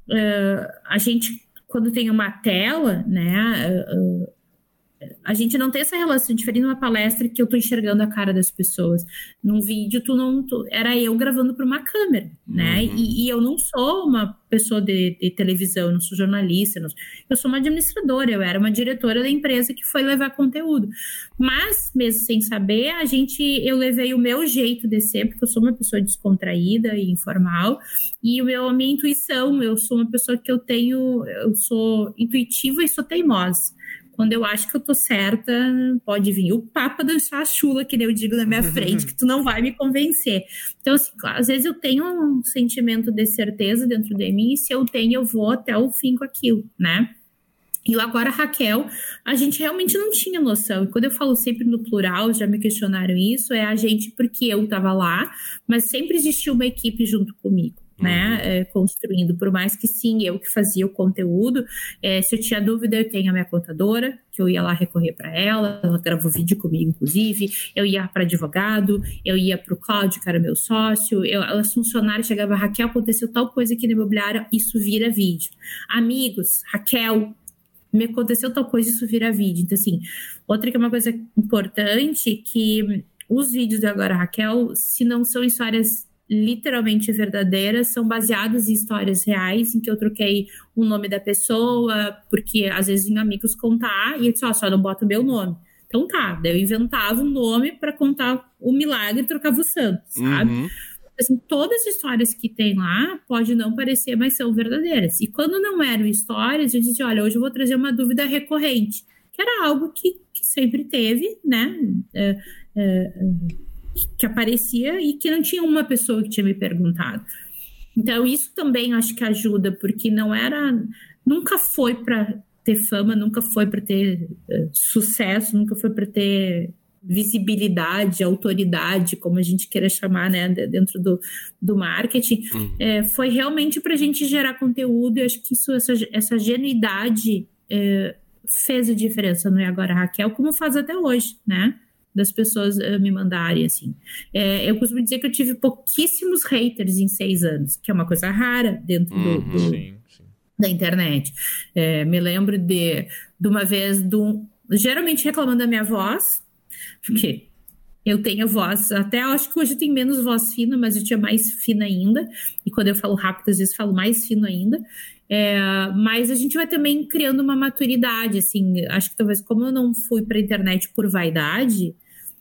uh, a gente... quando tem uma tela, né, uh, uh, a gente não tem essa relação, diferente de uma palestra que eu tô enxergando a cara das pessoas. Num vídeo, tu não, tu, era eu gravando para uma câmera, né, uhum. e, e eu não sou uma pessoa de, de televisão, eu não sou jornalista, não, eu sou uma administradora, eu era uma diretora da empresa que foi levar conteúdo. Mas, mesmo sem saber, a gente, eu levei o meu jeito de ser, porque eu sou uma pessoa descontraída e informal, e o meu, a minha intuição, eu sou uma pessoa que eu tenho, eu sou intuitiva e sou teimosa. Quando eu acho que eu tô certa, pode vir o papa dançar a chula, que nem eu digo na minha frente, que tu não vai me convencer. Então, assim, às vezes eu tenho um sentimento de certeza dentro de mim, e se eu tenho, eu vou até o fim com aquilo, né? E agora, Raquel, a gente realmente não tinha noção. E quando eu falo sempre no plural, já me questionaram isso, é a gente porque eu tava lá, mas sempre existiu uma equipe junto comigo. Né, é, construindo, por mais que sim, eu que fazia o conteúdo, é, se eu tinha dúvida, eu tenho a minha contadora, que eu ia lá recorrer para ela, ela gravou vídeo comigo, inclusive, eu ia para advogado, eu ia para o Cláudio, que era meu sócio, eu, as funcionárias chegavam, Raquel, aconteceu tal coisa aqui na imobiliária, isso vira vídeo. Amigos, Raquel, me aconteceu tal coisa, isso vira vídeo. Então, assim, outra que é uma coisa importante, que os vídeos do Agora Raquel, se não são histórias literalmente verdadeiras, são baseadas em histórias reais, em que eu troquei o nome da pessoa, porque às vezes vinham amigos contar, e eu disse, ó, oh, só não bota o meu nome. Então tá, daí eu inventava um nome para contar o milagre e trocava o santo, sabe? Uhum. Assim, todas as histórias que tem lá, pode não parecer, mas são verdadeiras. E quando não eram histórias, eu disse, olha, hoje eu vou trazer uma dúvida recorrente, que era algo que, que sempre teve, né? É, é, que aparecia e que não tinha uma pessoa que tinha me perguntado. Então, isso também acho que ajuda, porque não era... Nunca foi para ter fama, nunca foi para ter uh, sucesso, nunca foi para ter visibilidade, autoridade, como a gente queira chamar, né, dentro do, do marketing. Uhum. É, foi realmente para a gente gerar conteúdo, e acho que isso, essa, essa genuidade é, fez a diferença no E Agora Raquel, como faz até hoje, né? Das pessoas uh, me mandarem, assim. É, eu costumo dizer que eu tive pouquíssimos haters em seis anos, que é uma coisa rara dentro do, do, sim, sim. da internet. É, me lembro de, de uma vez, do, geralmente reclamando da minha voz, porque eu tenho voz, até acho que hoje eu tenho menos voz fina, mas eu tinha mais fina ainda, e quando eu falo rápido, às vezes falo mais fino ainda. É, mas a gente vai também criando uma maturidade, assim, acho que talvez como eu não fui para a internet por vaidade,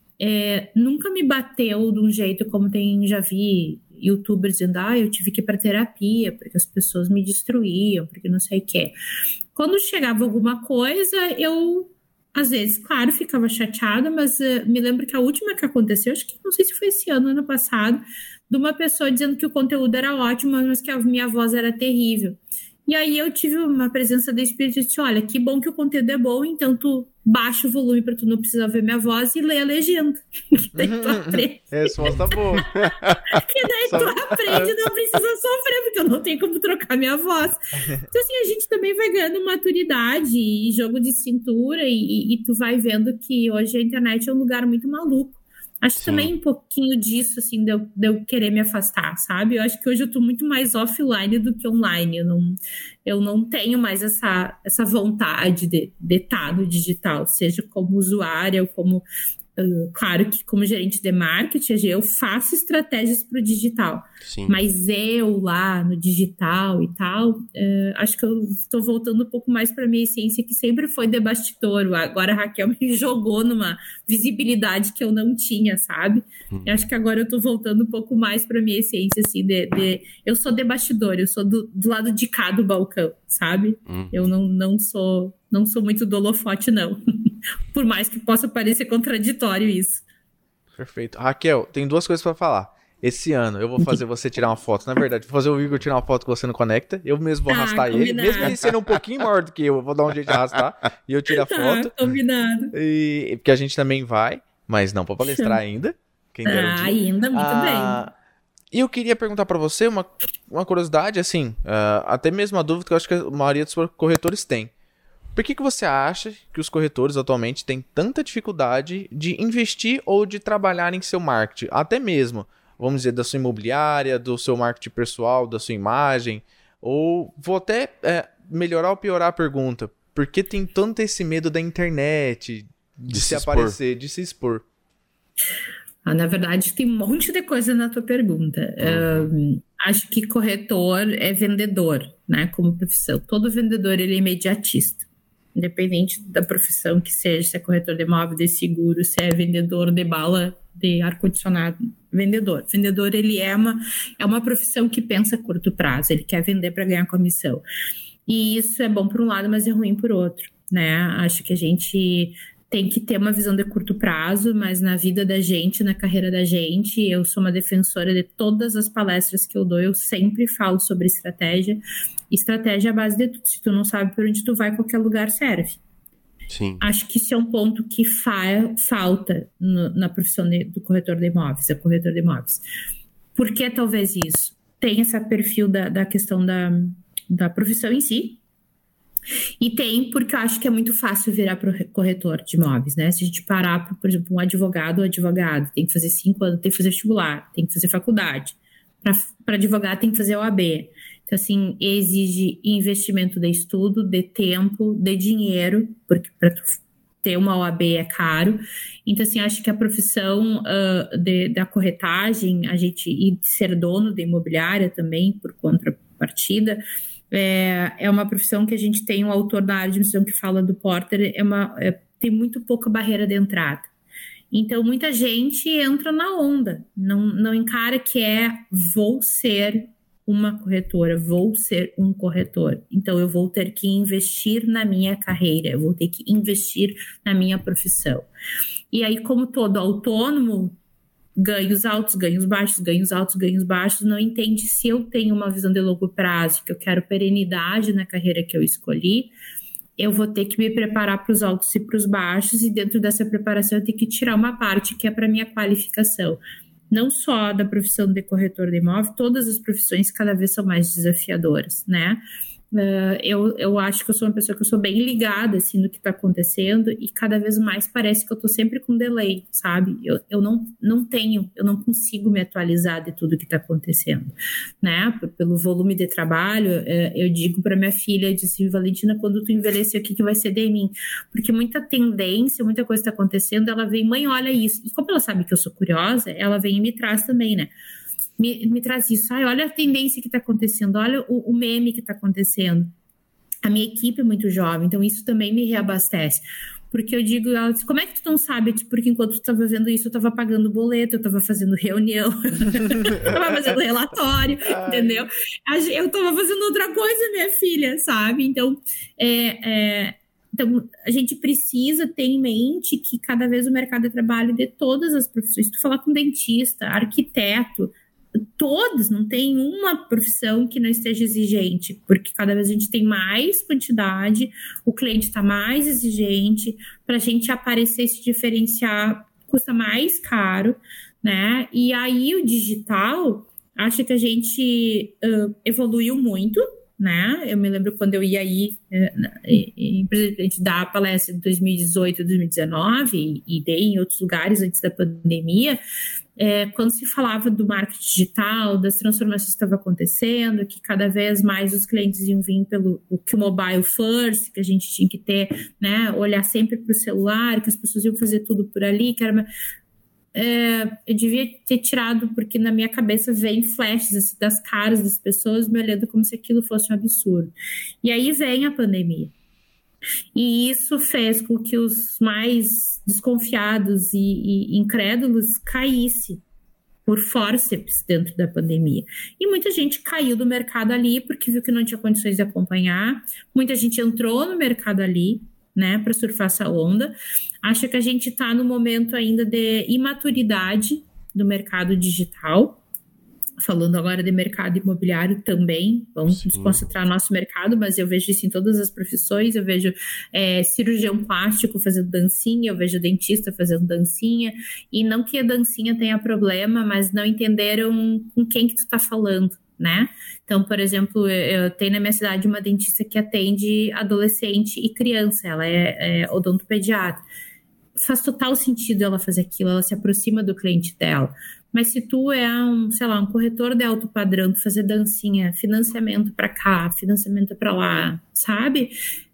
é, nunca me bateu de um jeito como tem, já vi youtubers dizendo, ah, eu tive que ir para terapia, porque as pessoas me destruíam, porque não sei o que. Quando chegava alguma coisa, eu, às vezes, claro, ficava chateada, mas uh, me lembro que a última que aconteceu, acho que não sei se foi esse ano, ano passado, de uma pessoa dizendo que o conteúdo era ótimo, mas que a minha voz era terrível. E aí eu tive uma presença do Espírito e disse, olha, que bom que o conteúdo é bom, então tu baixa o volume para tu não precisar ver minha voz e lê a legenda. Que daí tu aprende. Resposta boa. Que daí tu aprende e não precisa sofrer, porque eu não tenho como trocar minha voz. Então assim, a gente também vai ganhando maturidade e jogo de cintura e, e tu vai vendo que hoje a internet é um lugar muito maluco. Acho Sim. também um pouquinho disso, assim, de eu, de eu querer me afastar, sabe? Eu acho que hoje eu tô muito mais offline do que online. Eu não, eu não tenho mais essa, essa vontade de estar no digital, seja como usuária ou como... Uh, claro que como gerente de marketing, eu faço estratégias para o digital. Sim. Mas eu lá no digital e tal, uh, acho que eu estou voltando um pouco mais para a minha essência, que sempre foi de bastidor. Agora a Raquel me jogou numa visibilidade que eu não tinha, sabe? Hum. Eu acho que agora eu estou voltando um pouco mais para a minha essência, assim, de, de... eu sou de bastidor, eu sou do, do lado de cá do balcão, sabe? Hum. Eu não, não sou... Não sou muito do holofote, não. Por mais que possa parecer contraditório isso. Perfeito. Raquel, tem duas coisas pra falar. Esse ano eu vou fazer você tirar uma foto. Na verdade, vou fazer o Igor tirar uma foto que você não conecta. Eu mesmo vou arrastar ah, ele. Mesmo ele sendo um pouquinho maior do que eu, eu vou dar um jeito de arrastar. E eu tiro a tá, foto. Combinado. E, porque a gente também vai, mas não pra palestrar ainda. Quem der um ah, dia. ainda, muito ah, bem. E eu queria perguntar pra você uma, uma curiosidade, assim, uh, até mesmo uma dúvida que eu acho que a maioria dos corretores tem. Por que que você acha que os corretores atualmente têm tanta dificuldade de investir ou de trabalhar em seu marketing? Até mesmo, vamos dizer, da sua imobiliária, do seu marketing pessoal, da sua imagem. Ou vou até é, melhorar ou piorar a pergunta. Por que tem tanto esse medo da internet, de, de se, se aparecer, de se expor? Ah, na verdade, tem um monte de coisa na tua pergunta. Uhum. Uh, acho que corretor é vendedor, né? Como profissão. Todo vendedor ele é imediatista. Independente da profissão que seja, se é corretor de imóvel, de seguro, se é vendedor de bala, de ar-condicionado, vendedor. Vendedor, ele é uma, é uma profissão que pensa a curto prazo, ele quer vender para ganhar comissão. E isso é bom por um lado, mas é ruim por outro, né? Acho que a gente tem que ter uma visão de curto prazo, mas na vida da gente, na carreira da gente, eu sou uma defensora de todas as palestras que eu dou, eu sempre falo sobre estratégia. Estratégia é a base de tudo. Se tu não sabe por onde tu vai, qualquer lugar serve. Sim. Acho que isso é um ponto que fa- falta no, na profissão de, do corretor de imóveis, é corretor de imóveis. Por que talvez isso? Tem esse perfil da, da questão da, da profissão em si, e tem porque eu acho que é muito fácil virar corretor de imóveis, né? Se a gente parar, por, por exemplo, um advogado ou advogado, tem que fazer cinco anos, tem que fazer vestibular, tem que fazer faculdade. Para advogado tem que fazer O A B. Então, assim, exige investimento de estudo, de tempo, de dinheiro, porque para ter uma O A B é caro. Então, assim, acho que a profissão uh, de, da corretagem, a gente e de ser dono de imobiliária também, por contrapartida, é, é uma profissão que a gente tem um autor da área de administração que fala do Porter, é uma, é, tem muito pouca barreira de entrada. Então, muita gente entra na onda, não, não encara que é vou ser uma corretora, vou ser um corretor. Então, eu vou ter que investir na minha carreira, eu vou ter que investir na minha profissão. E aí, como todo autônomo, ganhos altos, ganhos baixos, ganhos altos, ganhos baixos, não entende se eu tenho uma visão de longo prazo, que eu quero perenidade na carreira que eu escolhi, eu vou ter que me preparar para os altos e para os baixos, e dentro dessa preparação eu tenho que tirar uma parte que é para minha qualificação. Não só da profissão de corretor de imóvel, todas as profissões cada vez são mais desafiadoras, né? Uh, eu, eu acho que eu sou uma pessoa que eu sou bem ligada, assim, no que está acontecendo, e cada vez mais parece que eu estou sempre com delay, sabe? Eu, eu não, não tenho, eu não consigo me atualizar de tudo que está acontecendo, né? Pelo volume de trabalho, uh, eu digo para minha filha, eu disse, Valentina, quando tu envelhecer, o que, que vai ser de mim? Porque muita tendência, muita coisa está acontecendo, ela vem, mãe, olha isso. E como ela sabe que eu sou curiosa, ela vem e me traz também, né? Me, me traz isso. Ai, olha a tendência que está acontecendo, olha o, o meme que está acontecendo. A minha equipe é muito jovem, então isso também me reabastece. Porque eu digo, ela disse, como é que tu não sabe? Porque enquanto tu estava vendo isso, eu estava pagando boleto, eu estava fazendo reunião, eu estava fazendo relatório, entendeu? Eu estava fazendo outra coisa, minha filha, sabe? Então, é, é, então, a gente precisa ter em mente que cada vez o mercado de trabalho de todas as profissões, se tu falar com dentista, arquiteto, todos, não tem uma profissão que não esteja exigente, porque cada vez a gente tem mais quantidade, o cliente está mais exigente, para a gente aparecer e se diferenciar custa mais caro, né? E aí o digital, acho que a gente uh, evoluiu muito, né? Eu me lembro quando eu ia aí, é, a gente dá a palestra de dois mil e dezoito, dois mil e dezenove e dei em outros lugares antes da pandemia, é, quando se falava do marketing digital, das transformações que estavam acontecendo, que cada vez mais os clientes iam vir pelo o que o mobile first, que a gente tinha que ter, né? Olhar sempre para o celular, que as pessoas iam fazer tudo por ali, que era uma... É, eu devia ter tirado, porque na minha cabeça vem flashes assim, das caras das pessoas me olhando como se aquilo fosse um absurdo. E aí vem a pandemia. E isso fez com que os mais desconfiados e, e incrédulos caíssem por fórceps dentro da pandemia. E muita gente caiu do mercado ali porque viu que não tinha condições de acompanhar. Muita gente entrou no mercado ali, né, para surfar essa onda. Acho que a gente está no momento ainda de imaturidade do mercado digital. Falando agora de mercado imobiliário também, vamos Sim. nos concentrar no nosso mercado, mas eu vejo isso em todas as profissões. Eu vejo é, cirurgião plástico fazendo dancinha, eu vejo dentista fazendo dancinha, e não que a dancinha tenha problema, mas não entenderam com quem que tu está falando, né? Então, por exemplo, eu tenho na minha cidade uma dentista que atende adolescente e criança, ela é, é odontopediatra. Faz total sentido ela fazer aquilo, ela se aproxima do cliente dela. Mas se tu é um, sei lá, um corretor de alto padrão, tu fazer dancinha, financiamento para cá, financiamento para lá, sabe?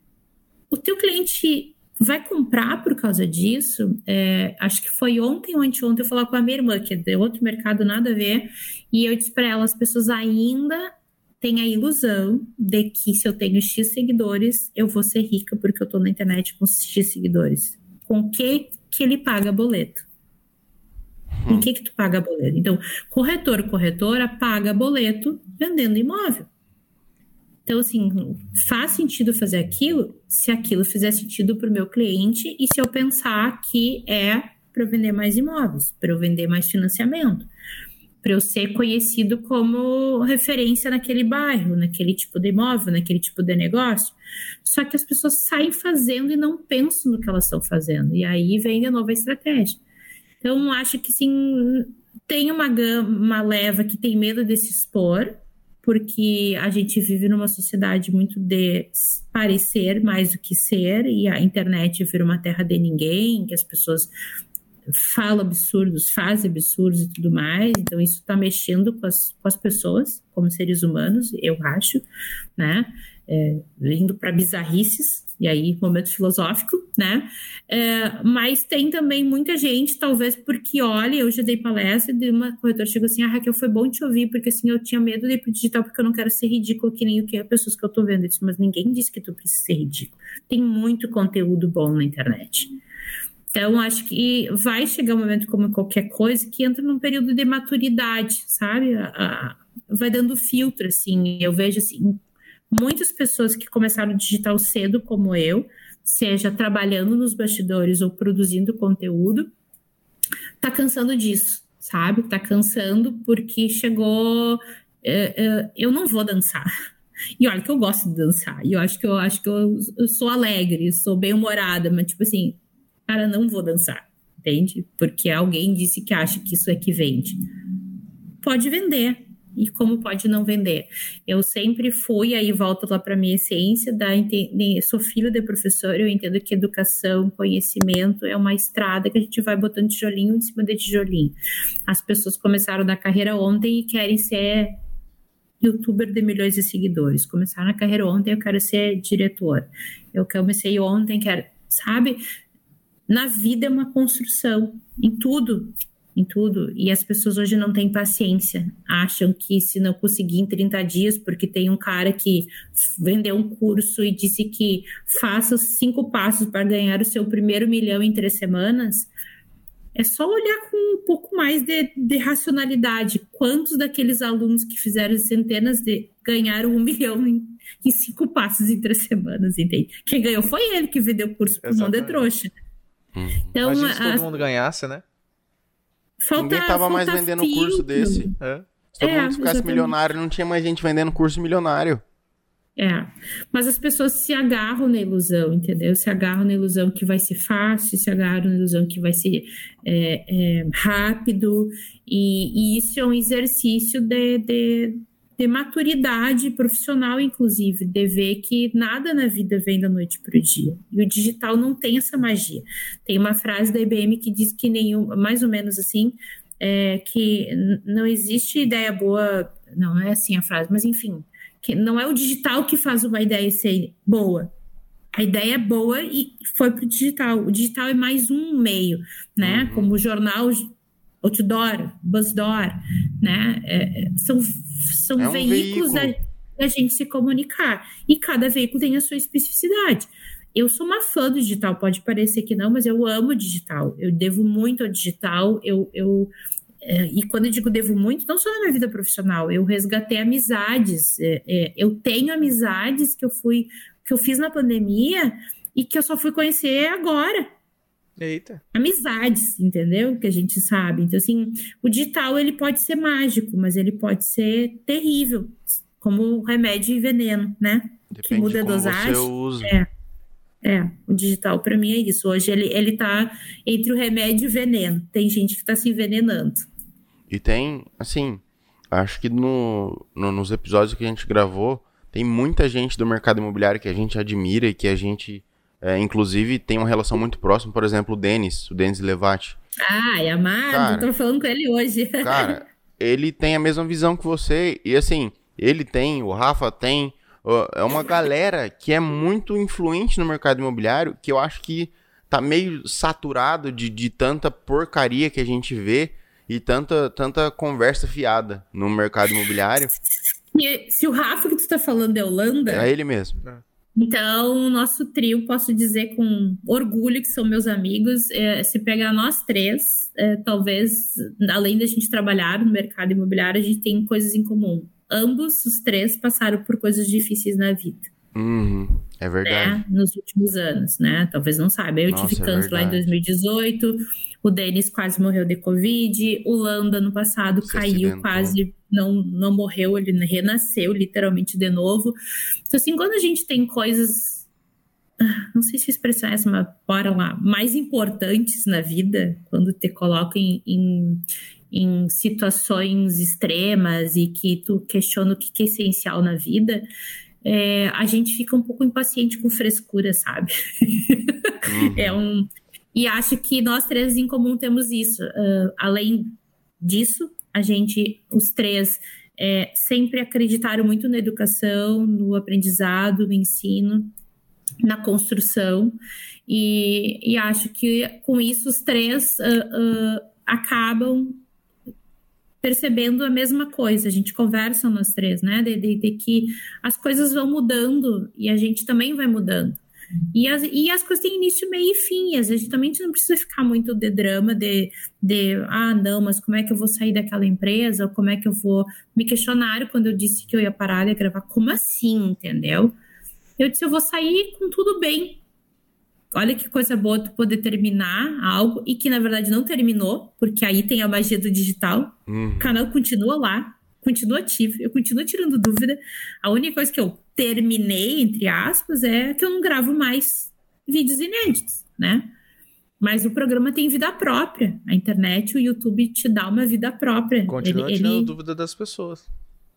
O teu cliente vai comprar por causa disso. É, acho que foi ontem ou anteontem eu falar com a minha irmã, que é de outro mercado, nada a ver, e eu disse para ela, as pessoas ainda têm a ilusão de que se eu tenho X seguidores, eu vou ser rica porque eu tô na internet com X seguidores. Com o que que ele paga boleto? Com o que que tu paga boleto? Então, corretor, corretora paga boleto vendendo imóvel. Então, assim, faz sentido fazer aquilo se aquilo fizer sentido para o meu cliente e se eu pensar que é para eu vender mais imóveis, para eu vender mais financiamento, para eu ser conhecido como referência naquele bairro, naquele tipo de imóvel, naquele tipo de negócio. Só que as pessoas saem fazendo e não pensam no que elas estão fazendo. E aí vem de novo a estratégia. Então, acho que sim, tem uma, uma leva que tem medo de se expor, porque a gente vive numa sociedade muito de parecer mais do que ser, e a internet vira uma terra de ninguém, que as pessoas falam absurdos, fazem absurdos e tudo mais. Então, isso está mexendo com as, com as pessoas, como seres humanos, eu acho, né? É, indo para bizarrices, e aí, momento filosófico, né? É, mas tem também muita gente, talvez porque, olha, eu já dei palestra e uma corretora chegou assim, ah, Raquel, foi bom te ouvir, porque assim, eu tinha medo de ir pro digital porque eu não quero ser ridículo que nem o que as pessoas que eu tô vendo. Eu disse, mas ninguém disse que tu precisa ser ridículo. Tem muito conteúdo bom na internet. Então, acho que vai chegar um momento, como qualquer coisa, que entra num período de maturidade, sabe? A, a, vai dando filtro, assim. Eu vejo, assim, muitas pessoas que começaram digital cedo, como eu, seja trabalhando nos bastidores ou produzindo conteúdo, tá cansando disso, sabe? Tá cansando porque chegou... É, é, eu não vou dançar. E olha que eu gosto de dançar. E eu acho que eu, acho que eu, eu sou alegre, sou bem-humorada, mas tipo assim, cara, não vou dançar, entende? Porque alguém disse que acha que isso é que vende. Pode vender. E como pode não vender? Eu sempre fui, aí volto lá para a minha essência, da, sou filho de professor, eu entendo que educação, conhecimento é uma estrada que a gente vai botando tijolinho em cima de tijolinho. As pessoas começaram na carreira ontem e querem ser youtuber de milhões de seguidores. Começaram na carreira ontem, eu quero ser diretor. Eu comecei ontem, quero... Sabe? Na vida é uma construção, em tudo. Em tudo, e as pessoas hoje não têm paciência, acham que se não conseguir em trinta dias, porque tem um cara que vendeu um curso e disse que faça os cinco passos para ganhar o seu primeiro milhão em três semanas, é só olhar com um pouco mais de, de racionalidade. Quantos daqueles alunos que fizeram centenas de ganharam um milhão em, em cinco passos em três semanas, entende? Quem ganhou foi ele que vendeu o curso para o mundo é trouxa. Hum. Então, imagina se todo mundo ganhasse, né? Falta, Ninguém tava mais vendendo filtro. curso desse. É. Se todo é, mundo ficasse exatamente. milionário, não tinha mais gente vendendo curso milionário. É, mas as pessoas se agarram na ilusão, entendeu? Se agarram na ilusão que vai ser fácil, se agarram na ilusão que vai ser é, é, rápido, e, e isso é um exercício de, de de maturidade profissional, inclusive, de ver que nada na vida vem da noite para o dia. E o digital não tem essa magia. Tem uma frase da I B M que diz que nenhum, mais ou menos assim, é, que não existe ideia boa, não é assim a frase, mas enfim, que não é o digital que faz uma ideia ser boa. A ideia é boa e foi para o digital. O digital é mais um meio, né? Uhum. Como o jornal, outdoor, buzzdoor, né? É, são são é um veículos veículo. da, da gente se comunicar. E cada veículo tem a sua especificidade. Eu sou uma fã do digital, pode parecer que não, mas eu amo o digital. Eu devo muito ao digital. Eu, eu, é, e quando eu digo devo muito, não só na minha vida profissional, eu resgatei amizades. É, é, eu tenho amizades que eu fui... que eu fiz na pandemia e que eu só fui conhecer agora. Eita. Amizades, entendeu? Que a gente sabe. Então, assim, o digital, ele pode ser mágico, mas ele pode ser terrível, como remédio e veneno, né? Depende que muda de como a dosagem. Você usa. É, é, o digital, para mim, é isso. Hoje, ele, ele tá entre o remédio e o veneno. Tem gente que tá se envenenando. E tem, assim, acho que no, no, nos episódios que a gente gravou, tem muita gente do mercado imobiliário que a gente admira e que a gente, é, inclusive, tem uma relação muito próxima. Por exemplo, o Denis, o Denis Levati. Ah, é amado, cara, tô falando com ele hoje. Cara, ele tem a mesma visão que você. E assim, ele tem, o Rafa tem. É uma galera que é muito influente no mercado imobiliário, que eu acho que tá meio saturado de, de tanta porcaria que a gente vê e tanta, tanta conversa fiada no mercado imobiliário. E se o Rafa que tu tá falando é Holanda... É ele mesmo. Então, o nosso trio, posso dizer com orgulho que são meus amigos, é, se pegar nós três, é, talvez, além da gente trabalhar no mercado imobiliário, a gente tem coisas em comum. Ambos, os três, passaram por coisas difíceis na vida. Uhum, é verdade. Né? Nos últimos anos, né? Talvez não saiba. Eu Nossa, tive câncer é lá em dois mil e dezoito, o Denis quase morreu de Covid, o Landa, no passado, Você caiu, acidentou. quase não, não morreu, ele renasceu literalmente de novo. Então, assim, quando a gente tem coisas, não sei se a expressão é essa, mas bora lá, mais importantes na vida, quando te colocam em, em, em situações extremas e que tu questiona o que é essencial na vida, é, a gente fica um pouco impaciente com frescura, sabe? Uhum. É um... E acho que nós três em comum temos isso. Uh, além disso, a gente, os três, é, sempre acreditaram muito na educação, no aprendizado, no ensino, na construção. E, e acho que com isso os três uh, uh, acabam percebendo a mesma coisa. A gente conversa nós três, né? De, de, de que as coisas vão mudando e a gente também vai mudando. E as, e as coisas têm início, meio e fim. Às vezes também a gente não precisa ficar muito de drama de, de, ah, não, mas como é que eu vou sair daquela empresa? Ou como é que eu vou... Me questionaram quando eu disse que eu ia parar de gravar. Como assim, entendeu? Eu disse, eu vou sair com tudo bem. Olha que coisa boa tu poder terminar algo e que, na verdade, não terminou, porque aí tem a magia do digital. Uhum. O canal continua lá, continua ativo, eu continuo tirando dúvida. A única coisa que eu terminei, entre aspas, é que eu não gravo mais vídeos inéditos, né? Mas o programa tem vida própria. A internet, o YouTube te dá uma vida própria. Continua ele, tirando ele... dúvida das pessoas.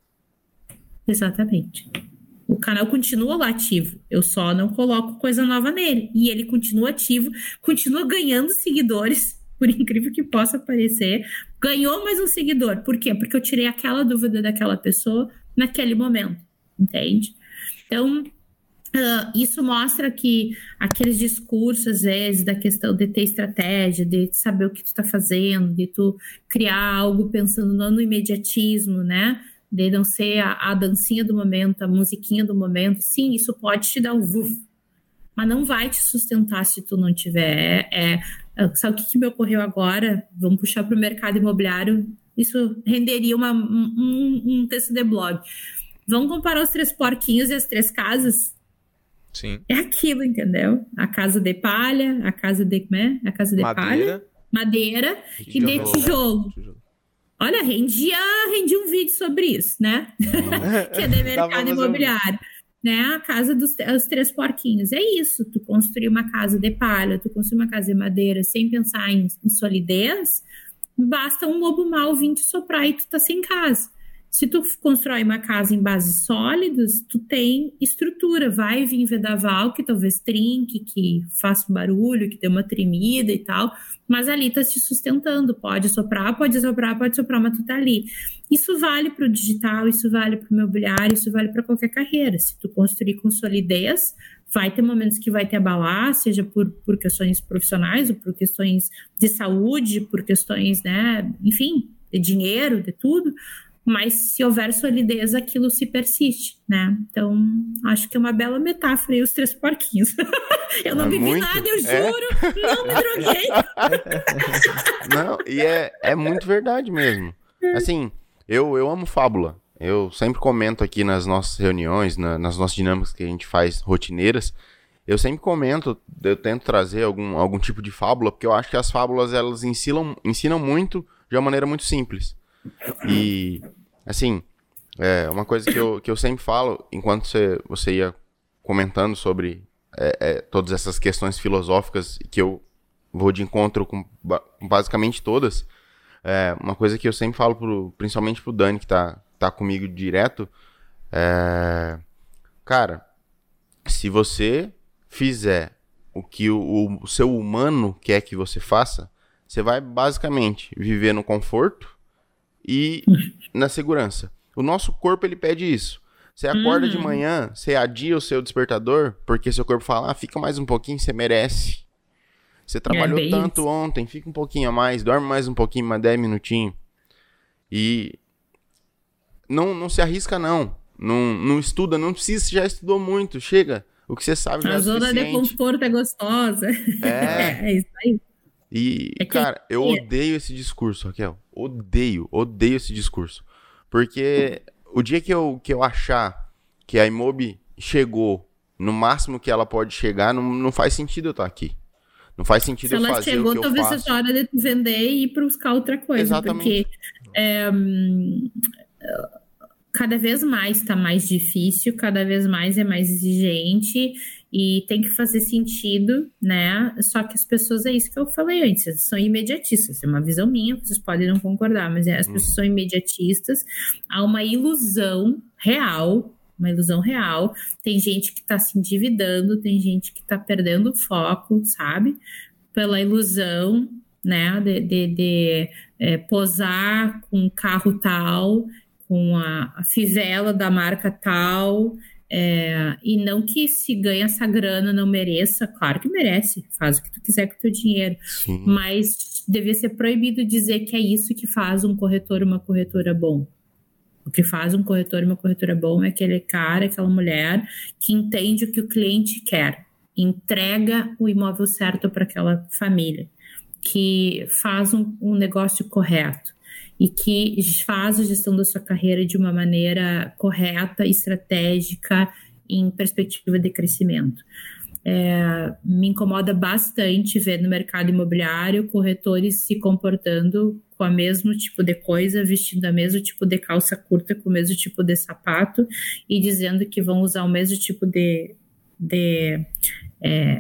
Exatamente. O canal continua lá ativo. Eu só não coloco coisa nova nele. E ele continua ativo, continua ganhando seguidores, por incrível que possa parecer. Ganhou mais um seguidor. Por quê? Porque eu tirei aquela dúvida daquela pessoa naquele momento. Entende? Então, uh, isso mostra que aqueles discursos, às vezes, da questão de ter estratégia, de saber o que tu tá fazendo, de tu criar algo pensando não no imediatismo, né? De não ser a, a dancinha do momento, a musiquinha do momento. Sim, isso pode te dar um vuf, mas não vai te sustentar se tu não tiver. É, é, sabe o que, que me ocorreu agora? Vamos puxar para o mercado imobiliário. Isso renderia uma, um, um texto de blog. Vamos comparar os três porquinhos e as três casas? Sim. É aquilo, entendeu? A casa de palha, a casa de... Como é? A casa de madeira, palha, madeira e, e de tijolo. tijolo. Olha, rendia, rendia um vídeo sobre isso, né? Que é de mercado imobiliário. Né? A casa dos os três porquinhos. É isso. Tu construir uma casa de palha, tu construir uma casa de madeira sem pensar em, em solidez, basta um lobo mau vir te soprar e tu tá sem casa. Se tu constrói uma casa em bases sólidas, tu tem estrutura, vai vir vendaval que talvez trinque, que faça um barulho, que dê uma tremida e tal, mas ali tá se sustentando, pode soprar, pode soprar, pode soprar, mas tu tá ali. Isso vale para o digital, isso vale para o imobiliário, isso vale para qualquer carreira. Se tu construir com solidez, vai ter momentos que vai te abalar, seja por, por questões profissionais, ou por questões de saúde, por questões, né, enfim, de dinheiro, de tudo, mas se houver solidez, aquilo se persiste, né? Então, acho que é uma bela metáfora aí, os três porquinhos. Eu não É bebi muito, nada, eu é. juro, não me droguei. Não, e é, é muito verdade mesmo. Assim, eu, eu amo fábula. Eu sempre comento aqui nas nossas reuniões, na, nas nossas dinâmicas que a gente faz rotineiras, eu sempre comento, eu tento trazer algum, algum tipo de fábula, porque eu acho que as fábulas, elas ensinam, ensinam muito de uma maneira muito simples. E, assim, é uma coisa que eu, que eu sempre falo, enquanto você, você ia comentando sobre é, é, todas essas questões filosóficas, que eu vou de encontro com basicamente todas, é, uma coisa que eu sempre falo, pro, principalmente pro Dani, que tá, tá comigo direto, é, cara, se você fizer o que o, o seu humano quer que você faça, você vai basicamente viver no conforto e na segurança. O nosso corpo, ele pede isso. Você acorda uhum. de manhã, você adia o seu despertador, porque seu corpo fala, ah, fica mais um pouquinho, você merece. Você trabalhou é tanto isso. ontem, fica um pouquinho a mais, dorme mais um pouquinho, mais dez minutinhos. E não, não se arrisca, não. Não, não estuda, não precisa, você já estudou muito, chega. O que você sabe já é suficiente. A zona de conforto é gostosa. É, é isso aí. E, é que... cara, eu odeio esse discurso, Raquel. Odeio, odeio esse discurso. Porque o dia que eu, que eu achar que a Imob chegou no máximo que ela pode chegar, não, não faz sentido eu estar aqui. Não faz sentido eu fazer chegou, o que eu faço. Talvez seja hora de vender e ir para buscar outra coisa. Exatamente. Porque é, cada vez mais está mais difícil, cada vez mais é mais exigente e tem que fazer sentido, né? Só que as pessoas, é isso que eu falei antes, são imediatistas. É uma visão minha, vocês podem não concordar, mas as pessoas hum. são imediatistas. Há uma ilusão real, uma ilusão real. Tem gente que está se endividando, tem gente que está perdendo o foco, sabe? Pela ilusão, né? De, de, de é, posar com um carro tal, com a, a fivela da marca tal... É, e não que se ganha essa grana não mereça, claro que merece, faz o que tu quiser com o teu dinheiro. Sim. Mas devia ser proibido dizer que é isso que faz um corretor uma corretora bom. O que faz um corretor uma corretora bom é aquele cara, aquela mulher que entende o que o cliente quer, entrega o imóvel certo para aquela família, que faz um, um negócio correto e que faz a gestão da sua carreira de uma maneira correta, estratégica, em perspectiva de crescimento. É, me incomoda bastante ver no mercado imobiliário corretores se comportando com o mesmo tipo de coisa, vestindo o mesmo tipo de calça curta, com o mesmo tipo de sapato e dizendo que vão usar o mesmo tipo de, de é,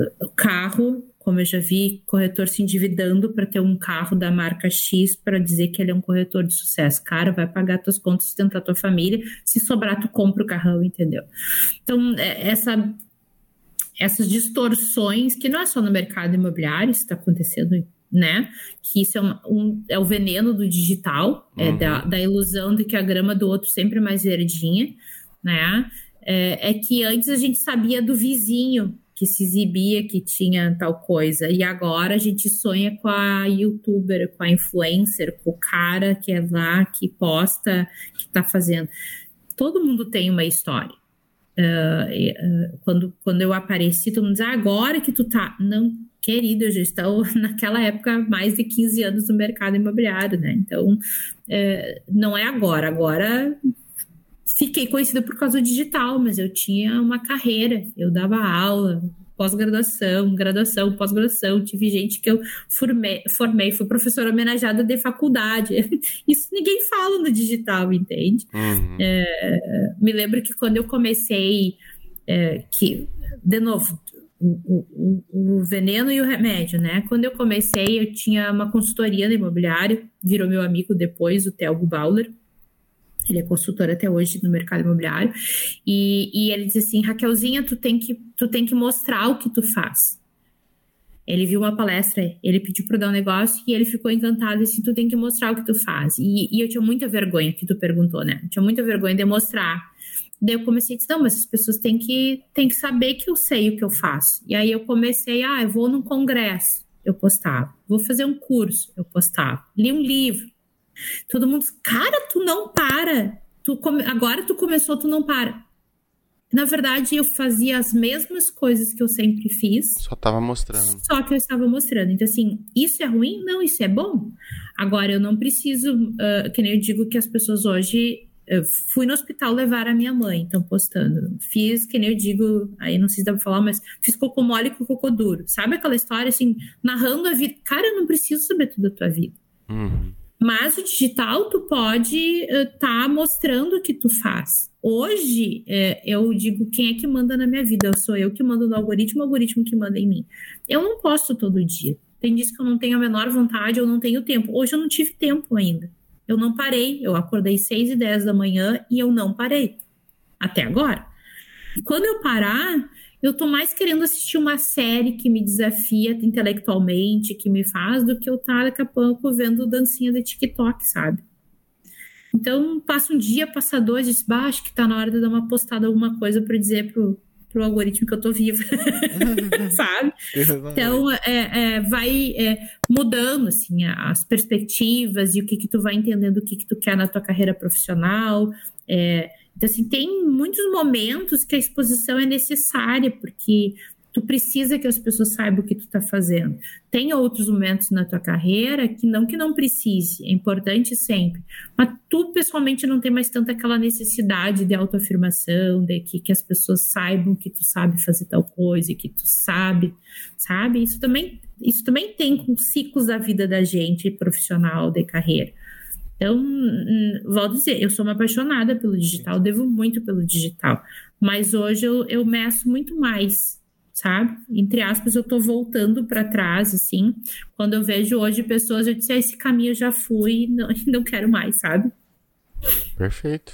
carro. Como eu já vi corretor se endividando para ter um carro da marca X para dizer que ele é um corretor de sucesso. Cara, vai pagar tuas contas, sustentar tua família. Se sobrar, tu compra o carrão, entendeu? Então, essa, essas distorções, que não é só no mercado imobiliário, isso está acontecendo, né? Que isso é, um, um, é o veneno do digital, uhum. é da, da ilusão de que a grama do outro sempre é mais verdinha, né? É, é que antes a gente sabia do vizinho, que se exibia que tinha tal coisa, e agora a gente sonha com a youtuber, com a influencer, com o cara que é lá, que posta, que tá fazendo. Todo mundo tem uma história. Uh, uh, quando, quando eu apareci, todo mundo diz, ah, agora que tu tá... Não, querido, eu já estou naquela época há mais de quinze anos no mercado imobiliário, né? Então, uh, não é agora. Agora... Fiquei conhecida por causa do digital, mas eu tinha uma carreira, eu dava aula, pós-graduação, graduação, pós-graduação, tive gente que eu formei, formei fui professora homenageada de faculdade. Isso ninguém fala no digital, entende? Uhum. É, me lembro que quando eu comecei, é, que, de novo, o, o, o veneno e o remédio, né? Quando eu comecei, eu tinha uma consultoria no imobiliário, virou meu amigo depois, o Thelmo Bauler. Ele é consultor até hoje no mercado imobiliário. E, e ele diz assim, Raquelzinha, tu tem, que, tu tem que mostrar o que tu faz. Ele viu uma palestra, ele pediu para dar um negócio e ele ficou encantado e disse, tu tem que mostrar o que tu faz. E, e eu tinha muita vergonha, que tu perguntou, né? Eu tinha muita vergonha de mostrar. Daí eu comecei a dizer, não, mas as pessoas têm que, têm que saber que eu sei o que eu faço. E aí eu comecei, ah, eu vou num congresso, eu postava. Vou fazer um curso, eu postava. Li um livro. Todo mundo, cara, tu não para. Tu come... Agora tu começou, tu não para. Na verdade, eu fazia as mesmas coisas que eu sempre fiz. Só tava mostrando. Só que eu estava mostrando. Então, assim, isso é ruim? Não, isso é bom. Agora, eu não preciso... Uh, que nem eu digo que as pessoas hoje... Eu fui no hospital levar a minha mãe, estão postando. Fiz, que nem eu digo... Aí não sei se dá pra falar, mas fiz cocô mole com cocô duro. Sabe aquela história, assim, narrando a vida? Cara, eu não preciso saber tudo da tua vida. Uhum. Mas o digital, tu pode estar uh, tá mostrando o que tu faz. Hoje, é, eu digo quem é que manda na minha vida. Eu sou eu que mando no algoritmo, o algoritmo que manda em mim. Eu não posto todo dia. Tem dias que eu não tenho a menor vontade, eu não tenho tempo. Hoje eu não tive tempo ainda. Eu não parei. Eu acordei seis e dez da manhã e eu não parei. Até agora. E quando eu parar... Eu tô mais querendo assistir uma série que me desafia intelectualmente, que me faz, do que eu estar daqui a pouco vendo dancinha de TikTok, sabe? Então, passa um dia, passa dois, diz, bah, acho que tá na hora de dar uma postada, alguma coisa pra dizer pro, pro algoritmo que eu tô viva, sabe? Então, é, é, vai é, mudando, assim, as perspectivas e o que que tu vai entendendo, o que que tu quer na tua carreira profissional, é... Então, assim, tem muitos momentos que a exposição é necessária, porque tu precisa que as pessoas saibam o que tu tá fazendo. Tem outros momentos na tua carreira que não que não precise, é importante sempre. Mas tu, pessoalmente, não tem mais tanta aquela necessidade de autoafirmação, de que, que as pessoas saibam que tu sabe fazer tal coisa, que tu sabe, sabe? Isso também, isso também tem com ciclos da vida da gente, profissional, de carreira. Então, volto a dizer, eu sou uma apaixonada pelo digital, devo muito pelo digital, mas hoje eu, eu meço muito mais, sabe? Entre aspas, eu tô voltando para trás, assim, quando eu vejo hoje pessoas, eu disse, ah, esse caminho eu já fui, não, não quero mais, sabe? Perfeito.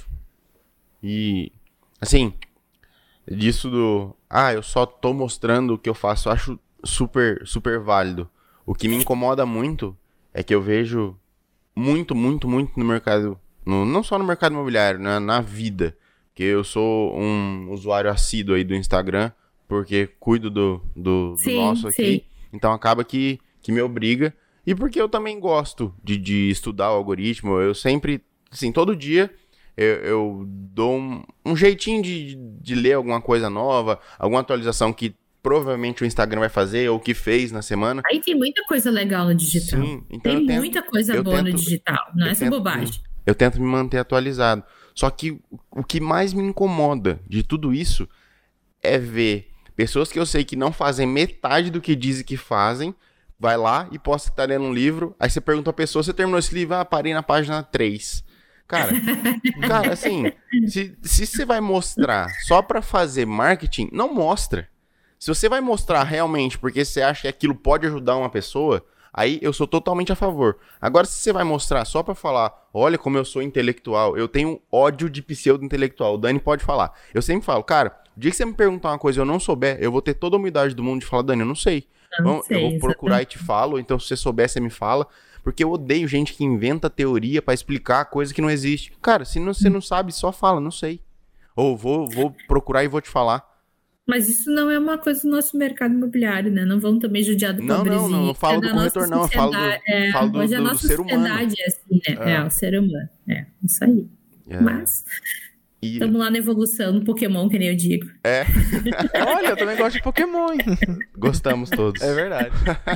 E, assim, disso do, ah, eu só tô mostrando o que eu faço, eu acho super, super válido. O que me incomoda muito é que eu vejo... muito, muito, muito no mercado, no, não só no mercado imobiliário, né, na vida, porque eu sou um usuário assíduo aí do Instagram, porque cuido do, do, do sim, nosso aqui, sim. Então acaba que, que me obriga, e porque eu também gosto de, de estudar o algoritmo, eu sempre, assim, todo dia eu, eu dou um, um jeitinho de, de ler alguma coisa nova, alguma atualização que provavelmente o Instagram vai fazer, ou o que fez na semana. Aí tem muita coisa legal no digital. Sim, então tem tento, muita coisa boa tento, no digital, não é essa tento, bobagem. Eu tento me manter atualizado. Só que o que mais me incomoda de tudo isso é ver pessoas que eu sei que não fazem metade do que dizem que fazem, vai lá e posta que tá lendo um livro, aí você pergunta a pessoa, você terminou esse livro? Ah, parei na página três. Cara, cara, assim, se, se você vai mostrar só pra fazer marketing, não mostra. Se você vai mostrar realmente porque você acha que aquilo pode ajudar uma pessoa, aí eu sou totalmente a favor. Agora, se você vai mostrar só pra falar, olha como eu sou intelectual, eu tenho ódio de pseudo-intelectual, o Dani pode falar. Eu sempre falo, cara, o dia que você me perguntar uma coisa e eu não souber, eu vou ter toda a humildade do mundo de falar, Dani, eu não sei. Eu, não sei, eu vou procurar exatamente. E te falo, então se você souber, você me fala. Porque eu odeio gente que inventa teoria pra explicar coisa que não existe. Cara, se não, você não sabe, só fala, não sei. Ou vou, vou procurar e vou te falar. Mas isso não é uma coisa do nosso mercado imobiliário, né? Não vão também judiar do não, pobrezinho. Não, não, não falo é do corretor, não. Eu falo do, é, falo do, hoje do, a nossa do ser humano. sociedade é assim, né? É. é, o ser humano. É, isso aí. É. Mas... Estamos e... lá na evolução do Pokémon, que nem eu digo. É. Olha, eu também gosto de Pokémon. Gostamos todos. É verdade.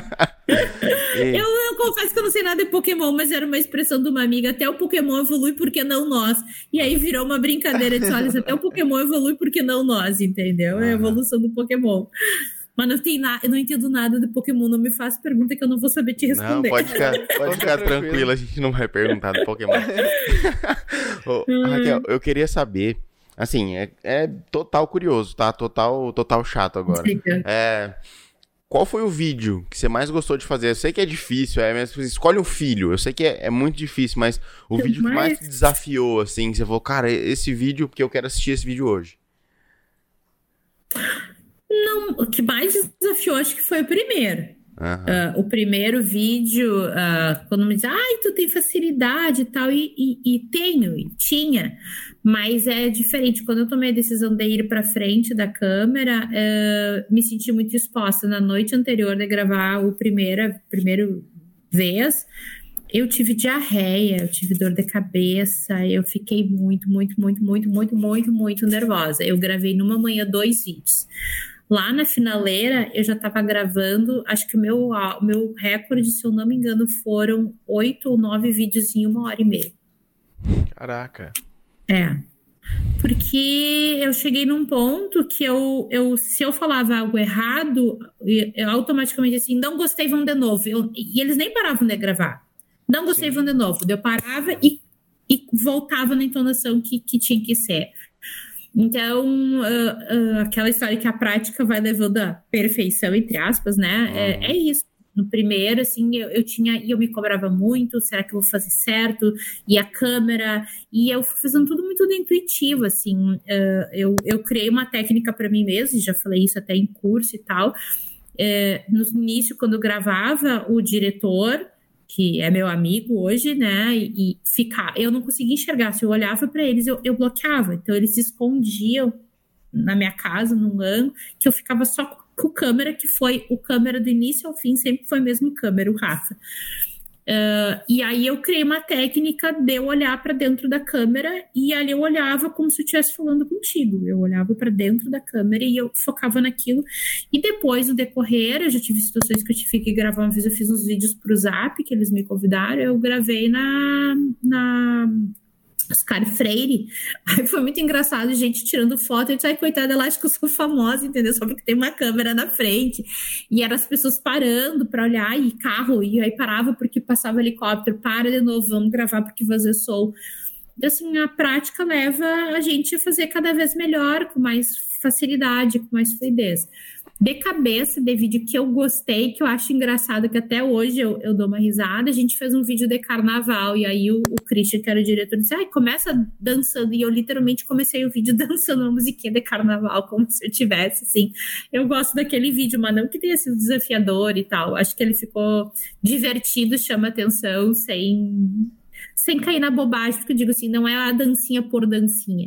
e... eu, eu confesso que eu não sei nada de Pokémon, mas era uma expressão de uma amiga, até o Pokémon evolui, por que não nós? E aí virou uma brincadeira de olha, até o Pokémon evolui, por que não nós, entendeu? É a evolução do Pokémon. Mas não tem na... eu não entendo nada de Pokémon, não me faça pergunta que eu não vou saber te responder. Não, pode ficar, pode ficar tranquilo, a gente não vai perguntar do Pokémon. Ô, Raquel, eu queria saber, assim, é, é total curioso, tá? Total, total chato agora. É, qual foi o vídeo que você mais gostou de fazer? Eu sei que é difícil, é, mas escolhe um filho. Eu sei que é, é muito difícil, mas o Eu vídeo que mais mais- te desafiou, assim, que você falou, cara, esse vídeo, porque eu quero assistir esse vídeo hoje. Não, o que mais desafiou, acho que foi o primeiro. Aham. Ah, o primeiro vídeo, ah, quando me diz, ai, tu tem facilidade e tal, e, e, e tenho, e tinha, mas é diferente. Quando eu tomei a decisão de ir para frente da câmera, eh, me senti muito exposta. Na noite anterior de gravar o primeiro, primeiro vez, eu tive diarreia, eu tive dor de cabeça, eu fiquei muito, muito, muito, muito, muito, muito, muito nervosa. Eu gravei numa manhã dois vídeos. Lá na finaleira, eu já estava gravando, acho que o meu, o meu recorde, se eu não me engano, foram oito ou nove vídeos em uma hora e meia. Caraca. É. Porque eu cheguei num ponto que eu, eu se eu falava algo errado, eu, eu automaticamente assim, não gostei, vão de novo. Eu, e eles nem paravam de gravar. Não gostei, Sim. vão de novo. Eu parava e, e voltava na entonação que, que tinha que ser. Então, uh, uh, aquela história que a prática vai levando à perfeição, entre aspas, né? Uhum. É, é isso. No primeiro, assim, eu, eu tinha, e eu me cobrava muito, será que eu vou fazer certo? E a câmera, e eu fui fazendo tudo muito intuitivo, assim. Uh, eu, eu criei uma técnica para mim mesma, já falei isso até em curso e tal. Uh, no início, quando eu gravava, o diretor, que é meu amigo hoje, né, e, e ficar, eu não conseguia enxergar, se eu olhava para eles, eu, eu bloqueava, então eles se escondiam na minha casa, num ângulo, que eu ficava só com o câmera, que foi o câmera do início ao fim, sempre foi o mesmo câmera, o Rafa. Uh, e aí eu criei uma técnica de eu olhar para dentro da câmera e ali eu olhava como se eu estivesse falando contigo. Eu olhava para dentro da câmera e eu focava naquilo. E depois, no decorrer, eu já tive situações que eu tive que gravar. Uma vez eu fiz uns vídeos pro Zap, que eles me convidaram, eu gravei na... na Oscar Freire. Aí foi muito engraçado, gente tirando foto. Eu disse, ai, coitada, ela acha que eu sou famosa, entendeu? Só porque tem uma câmera na frente. E eram as pessoas parando para olhar, e carro, e aí parava porque passava helicóptero. Para de novo, vamos gravar porque vazou som. Então, assim, a prática leva a gente a fazer cada vez melhor, com mais facilidade, com mais fluidez. De cabeça, de vídeo que eu gostei, que eu acho engraçado, que até hoje eu, eu dou uma risada, a gente fez um vídeo de carnaval, e aí o, o Christian, que era o diretor, disse, ai, começa dançando, e eu literalmente comecei o vídeo dançando uma musiquinha de carnaval, como se eu tivesse, assim. Eu gosto daquele vídeo, mas não que tenha sido desafiador e tal, acho que ele ficou divertido, chama atenção, sem, sem cair na bobagem, porque eu digo assim, não é a dancinha por dancinha.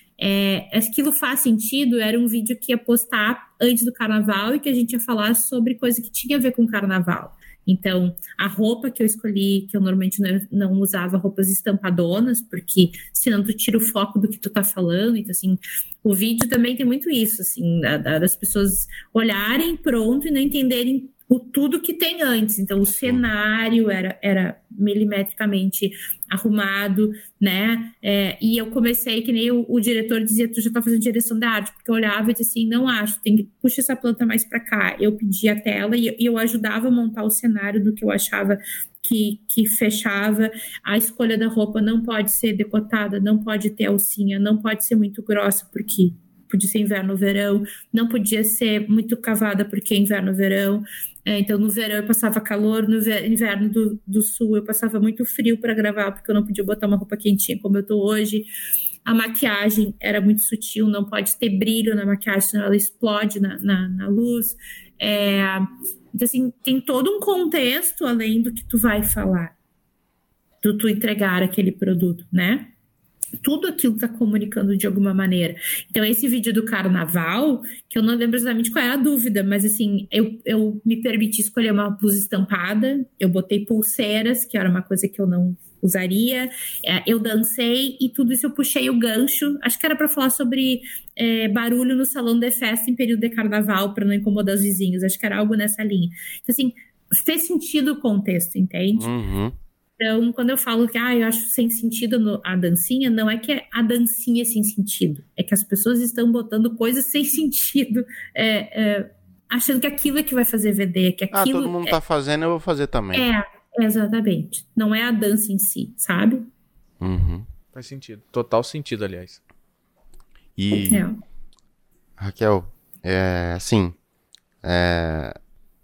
É, aquilo faz sentido, era um vídeo que ia postar antes do carnaval e que a gente ia falar sobre coisa que tinha a ver com o carnaval. Então, a roupa que eu escolhi, que eu normalmente não, não usava roupas estampadonas, porque senão tu tira o foco do que tu tá falando. Então, assim, o vídeo também tem muito isso, assim, da, da, das pessoas olharem pronto e não entenderem o tudo que tem antes. Então, o cenário era, era milimetricamente arrumado, né? É, e eu comecei, que nem o, o diretor dizia, tu já tá fazendo direção da arte, porque eu olhava e disse assim, não acho, tem que puxa essa planta mais para cá. Eu pedia a tela e, e eu ajudava a montar o cenário do que eu achava que, que fechava. A escolha da roupa não pode ser decotada, não pode ter alcinha, não pode ser muito grossa, porque podia ser inverno ou verão, não podia ser muito cavada porque é inverno ou verão. É, então, no verão eu passava calor, no inverno do, do sul eu passava muito frio para gravar, porque eu não podia botar uma roupa quentinha como eu tô hoje. A maquiagem era muito sutil, não pode ter brilho na maquiagem, senão ela explode na, na, na luz. É, então, assim, tem todo um contexto além do que tu vai falar, do tu entregar aquele produto, né? Tudo aquilo está comunicando de alguma maneira. Então, esse vídeo do carnaval, que eu não lembro exatamente qual era a dúvida, mas assim, eu, eu me permiti escolher uma blusa estampada, eu botei pulseiras, que era uma coisa que eu não usaria, é, eu dancei e tudo isso eu puxei o gancho, acho que era para falar sobre é, barulho no salão de festa em período de carnaval, para não incomodar os vizinhos, acho que era algo nessa linha. Então, assim, fez sentido o contexto, entende? Uhum. Então, quando eu falo que ah, eu acho sem sentido no, a dancinha, não é que é a dancinha é sem sentido. É que as pessoas estão botando coisas sem sentido, é, é, achando que aquilo é que vai fazer vender, que aquilo... Ah, todo mundo é, tá fazendo, eu vou fazer também. É, exatamente. Não é a dança em si, sabe? Uhum. Faz sentido. Total sentido, aliás. E, É. Raquel, é, assim, é,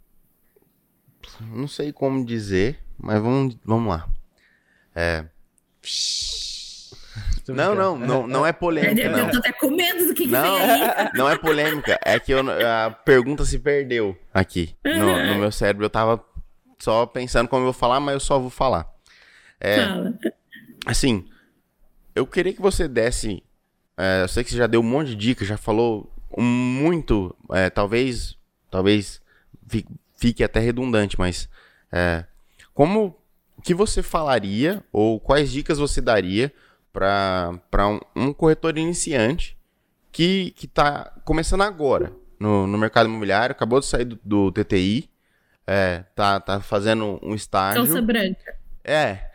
não sei como dizer, mas vamos, vamos lá. É... Não, não, não, não é polêmica, eu, não. Eu tô até com medo do que, que não, vem aí. Não é polêmica, é que eu, a pergunta se perdeu aqui. No, no meu cérebro eu tava só pensando como eu vou falar, mas eu só vou falar. É, Fala. Assim, eu queria que você desse... É, eu sei que você já deu um monte de dicas, já falou muito, é, talvez, talvez fique até redundante, mas é, como que você falaria ou quais dicas você daria para um, um corretor iniciante que está começando agora no, no mercado imobiliário, acabou de sair do, do T T I, é, tá, tá fazendo um estágio. Calça branca. É,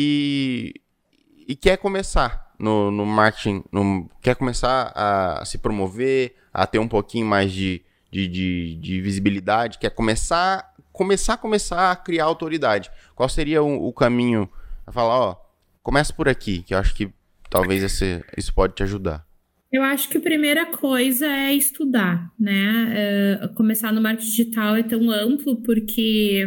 e, e quer começar no, no marketing, no, quer começar a se promover, a ter um pouquinho mais de, de, de, de visibilidade, quer começar, começar, começar a criar autoridade. Qual seria o, o caminho a falar, ó, começa por aqui, que eu acho que talvez esse, isso pode te ajudar. Eu acho que a primeira coisa é estudar, né? Uh, começar no marketing digital é tão amplo porque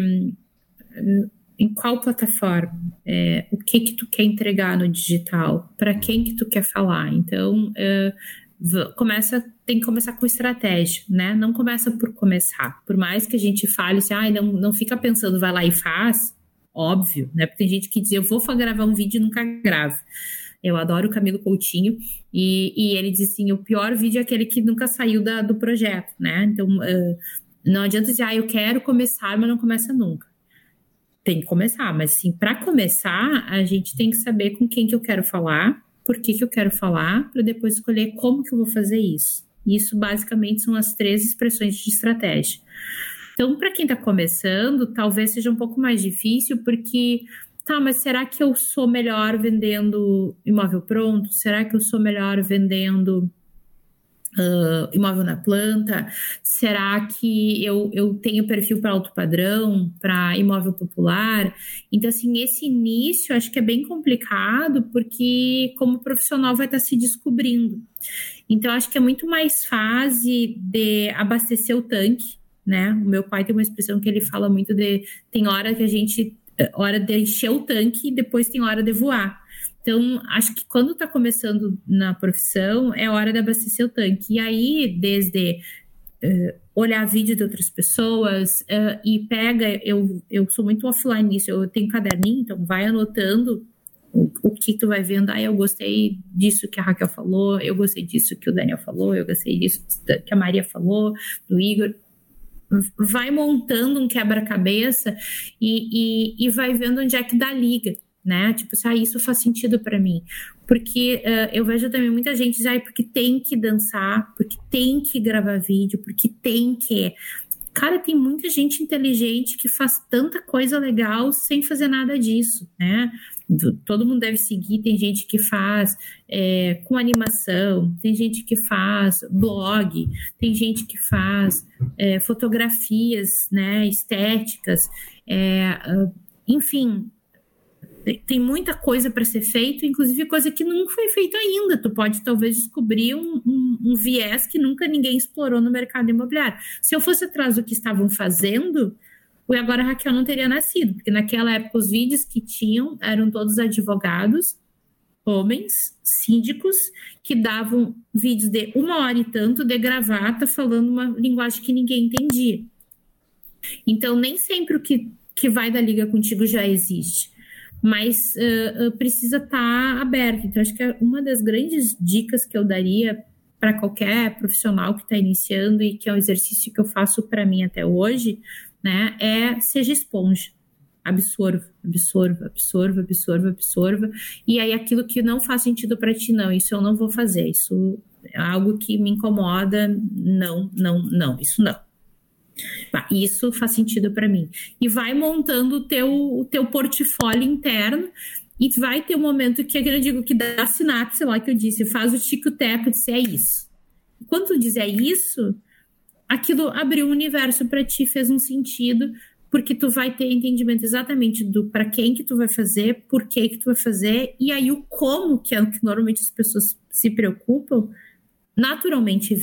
uh, em qual plataforma? É, o que que tu quer entregar no digital? Para quem que tu quer falar? Então, uh, começa, tem que começar com estratégia, né? Não começa por começar. Por mais que a gente fale assim, ah, não, não fica pensando, vai lá e faz, óbvio, né? Porque tem gente que diz, eu vou gravar um vídeo e nunca gravo. Eu adoro o Camilo Coutinho, e, e ele diz assim, o pior vídeo é aquele que nunca saiu da, do projeto, né? Então, uh, não adianta dizer, ah, eu quero começar, mas não começa nunca. Tem que começar, mas assim, para começar, a gente tem que saber com quem que eu quero falar, por que que eu quero falar, para depois escolher como que eu vou fazer isso. Isso, basicamente, são as três expressões de estratégia. Então, para quem está começando, talvez seja um pouco mais difícil, porque... Tá, mas será que eu sou melhor vendendo imóvel pronto? Será que eu sou melhor vendendo uh, imóvel na planta? Será que eu, eu tenho perfil para alto padrão, para imóvel popular? Então, assim, esse início acho que é bem complicado, porque como profissional vai estar se descobrindo. Então, acho que é muito mais fase de abastecer o tanque, né? O meu pai tem uma expressão que ele fala muito de... Tem hora que a gente... hora de encher o tanque e depois tem hora de voar. Então, acho que quando está começando na profissão, é hora de abastecer o tanque. E aí, desde uh, olhar vídeo de outras pessoas uh, e pega... Eu, eu sou muito offline nisso, eu tenho um caderninho, então vai anotando o, o que tu vai vendo. Ah, eu gostei disso que a Raquel falou, eu gostei disso que o Daniel falou, eu gostei disso que a Maria falou, do Igor... Vai montando um quebra-cabeça e, e, e vai vendo onde é que dá liga, né? Tipo, ah, isso faz sentido para mim. Porque uh, eu vejo também muita gente dizer, ah, porque tem que dançar, porque tem que gravar vídeo, porque tem que... Cara, tem muita gente inteligente que faz tanta coisa legal sem fazer nada disso, né? Todo mundo deve seguir, tem gente que faz é, com animação, tem gente que faz blog, tem gente que faz é, fotografias, né, estéticas, é, enfim, tem muita coisa para ser feito, inclusive coisa que nunca foi feita ainda. Tu pode talvez descobrir um, um, um viés que nunca ninguém explorou no mercado imobiliário. Se eu fosse atrás do que estavam fazendo... E agora a Raquel não teria nascido, porque naquela época os vídeos que tinham eram todos advogados, homens, síndicos, que davam vídeos de uma hora e tanto de gravata falando uma linguagem que ninguém entendia. Então, nem sempre o que, que vai da liga contigo já existe, mas uh, uh, precisa estar aberto. Então, acho que é uma das grandes dicas que eu daria para qualquer profissional que está iniciando e que é um exercício que eu faço para mim até hoje, né, é seja esponja, absorva, absorva, absorva, absorva, absorva, e aí aquilo que não faz sentido para ti, não, isso eu não vou fazer, isso é algo que me incomoda, não, não, não, isso não. Isso faz sentido para mim. E vai montando o teu, o teu portfólio interno, e vai ter um momento que eu digo que dá sinapse lá que eu disse, faz o tico-teco e dizer é isso. Quando tu dizer isso, aquilo abriu um universo para ti, fez um sentido, porque tu vai ter entendimento exatamente do para quem que tu vai fazer, por que que tu vai fazer, e aí o como, que é o que normalmente as pessoas se preocupam, naturalmente vem.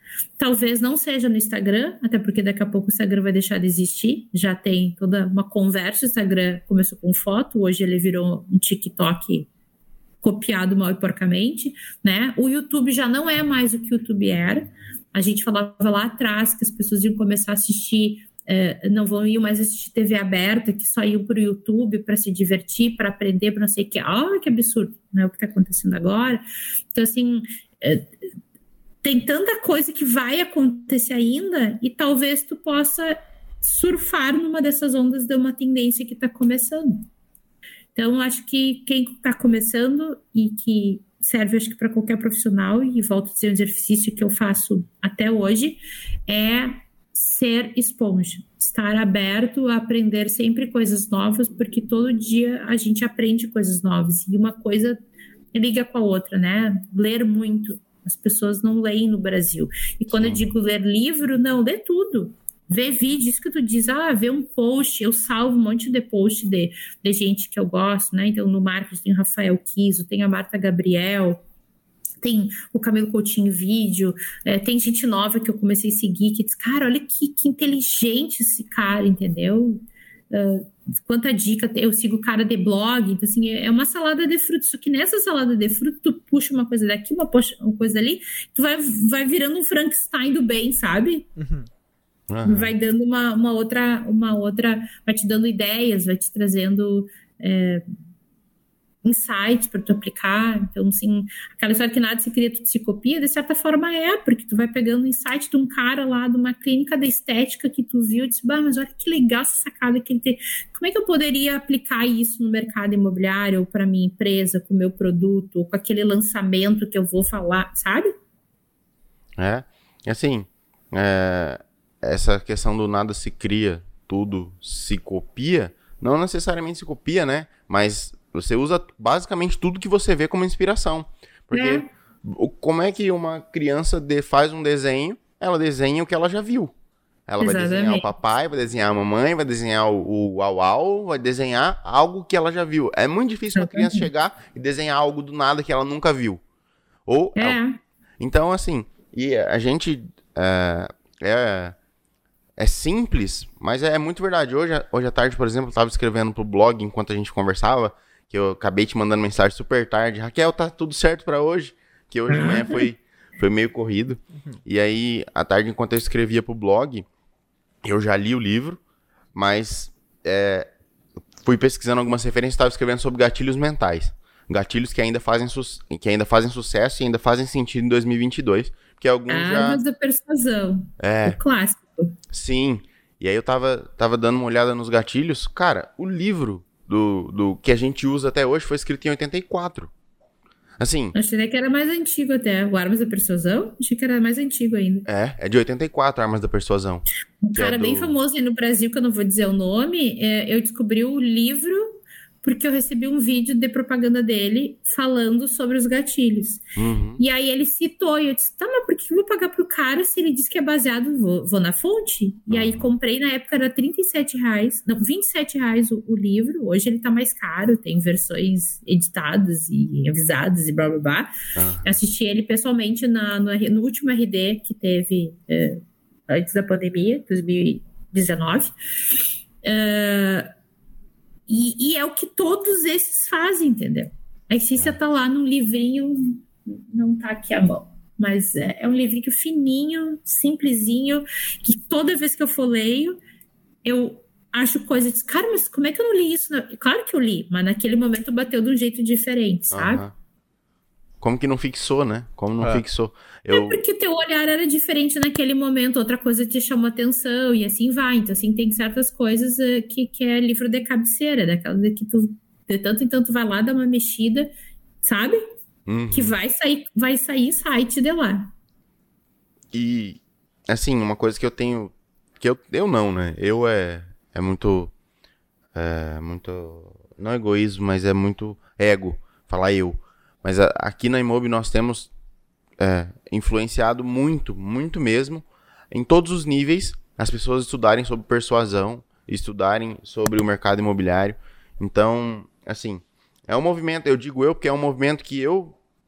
Talvez não seja no Instagram, até porque daqui a pouco o Instagram vai deixar de existir. Já tem toda uma conversa. O Instagram começou com foto, hoje ele virou um TikTok copiado mal e porcamente, né? O YouTube já não é mais o que o YouTube era. A gente falava lá atrás que as pessoas iam começar a assistir, eh, não vão ir mais assistir T V aberta, que só iam para o YouTube para se divertir, para aprender, para não sei o que. Ah, que absurdo, não é o que está acontecendo agora. Então, assim, eh, tem tanta coisa que vai acontecer ainda e talvez tu possa surfar numa dessas ondas de uma tendência que está começando. Então, acho que quem está começando e que serve, acho que para qualquer profissional, e volto a dizer, um exercício que eu faço até hoje, é ser esponja, estar aberto a aprender sempre coisas novas, porque todo dia a gente aprende coisas novas, e uma coisa liga com a outra, né? Ler muito. As pessoas não leem no Brasil. E quando Sim. eu digo ler livro, não, lê tudo. Ver vídeo, isso que tu diz, ah, ver um post, eu salvo um monte de post de, de gente que eu gosto, né? Então, no marketing tem o Rafael Kiso, tem a Marta Gabriel, tem o Camilo Coutinho Vídeo, é, tem gente nova que eu comecei a seguir, que diz, cara, olha que, que inteligente esse cara, entendeu? Uh, quanta dica, eu sigo o cara de blog, então assim, é uma salada de frutos, só que nessa salada de frutos, tu puxa uma coisa daqui, uma, puxa, uma coisa ali, tu vai, vai virando um Frankenstein do bem, sabe? Uhum. Uhum. Vai dando uma, uma, outra, uma outra, vai te dando ideias, vai te trazendo é, insights para tu aplicar. Então, assim, aquela história que nada se cria, tudo se copia, de certa forma é, porque tu vai pegando insight de um cara lá, de uma clínica da estética que tu viu e disse, bah, mas olha que legal essa sacada que ele tem. Como é que eu poderia aplicar isso no mercado imobiliário, ou para minha empresa, com o meu produto, ou com aquele lançamento que eu vou falar, sabe? É, assim, é... essa questão do nada se cria, tudo se copia, não necessariamente se copia, né? Mas você usa basicamente tudo que você vê como inspiração. Porque é. como é que uma criança de, faz um desenho, ela desenha o que ela já viu. Ela Exatamente. vai desenhar o papai, vai desenhar a mamãe, vai desenhar o, o au au, vai desenhar algo que ela já viu. É muito difícil Exatamente. uma criança chegar e desenhar algo do nada que ela nunca viu. Ou é. Ela... Então, assim, e a gente... É, é, é simples, mas é muito verdade. Hoje, hoje à tarde, por exemplo, eu estava escrevendo pro blog enquanto a gente conversava, que eu acabei te mandando mensagem super tarde. Raquel, tá tudo certo para hoje? Que hoje de manhã foi, foi meio corrido. Uhum. E aí, à tarde, enquanto eu escrevia pro blog, eu já li o livro, mas é, fui pesquisando algumas referências e estava escrevendo sobre gatilhos mentais. Gatilhos que ainda, fazem su- que ainda fazem sucesso e ainda fazem sentido em dois mil e vinte e dois. Porque alguns ah, já... Armas da Persuasão. É. O clássico. Sim. E aí eu tava, tava dando uma olhada nos gatilhos. Cara, o livro do, do que a gente usa até hoje foi escrito em oitenta e quatro. Assim... Achei que era mais antigo até. O Armas da Persuasão? Achei que era mais antigo ainda. É, é de oitenta e quatro, Armas da Persuasão. Um cara é do... bem famoso aí no Brasil, que eu não vou dizer o nome, é, eu descobri o livro porque eu recebi um vídeo de propaganda dele falando sobre os gatilhos. Uhum. E aí ele citou, e eu disse, tá, mas por que eu vou pagar pro cara se ele disse que é baseado, vou, vou na fonte? E uhum. aí comprei, na época era trinta e sete reais, não, vinte e sete reais o, o livro, hoje ele tá mais caro, tem versões editadas e avisadas e blá blá blá. Uhum. Assisti ele pessoalmente na, no, no último R D que teve é, antes da pandemia, dois mil e dezenove. Uh, E, e é o que todos esses fazem, entendeu? A essência tá lá num livrinho, não tá aqui à mão, mas é, é um livrinho fininho, simplesinho, que toda vez que eu for leio, eu acho coisa de... Cara, mas como é que eu não li isso? Claro que eu li, mas naquele momento bateu de um jeito diferente, sabe? Uhum. Como que não fixou, né? Como não é. fixou. Eu... É porque teu olhar era diferente naquele momento, outra coisa te chamou atenção e assim vai. Então, assim, tem certas coisas uh, que, que é livro de cabeceira, daquela que tu de tanto em tanto vai lá, dá uma mexida, sabe? Uhum. Que vai sair, vai sair site de lá. E, assim, uma coisa que eu tenho... Que eu, eu não, né? Eu é, é muito... É muito... Não egoísmo, mas é muito ego. Falar eu. Mas a, aqui na Imob nós temos é, influenciado muito, muito mesmo, em todos os níveis, as pessoas estudarem sobre persuasão, estudarem sobre o mercado imobiliário. Então, assim, é um movimento, eu digo eu, porque é um movimento que eu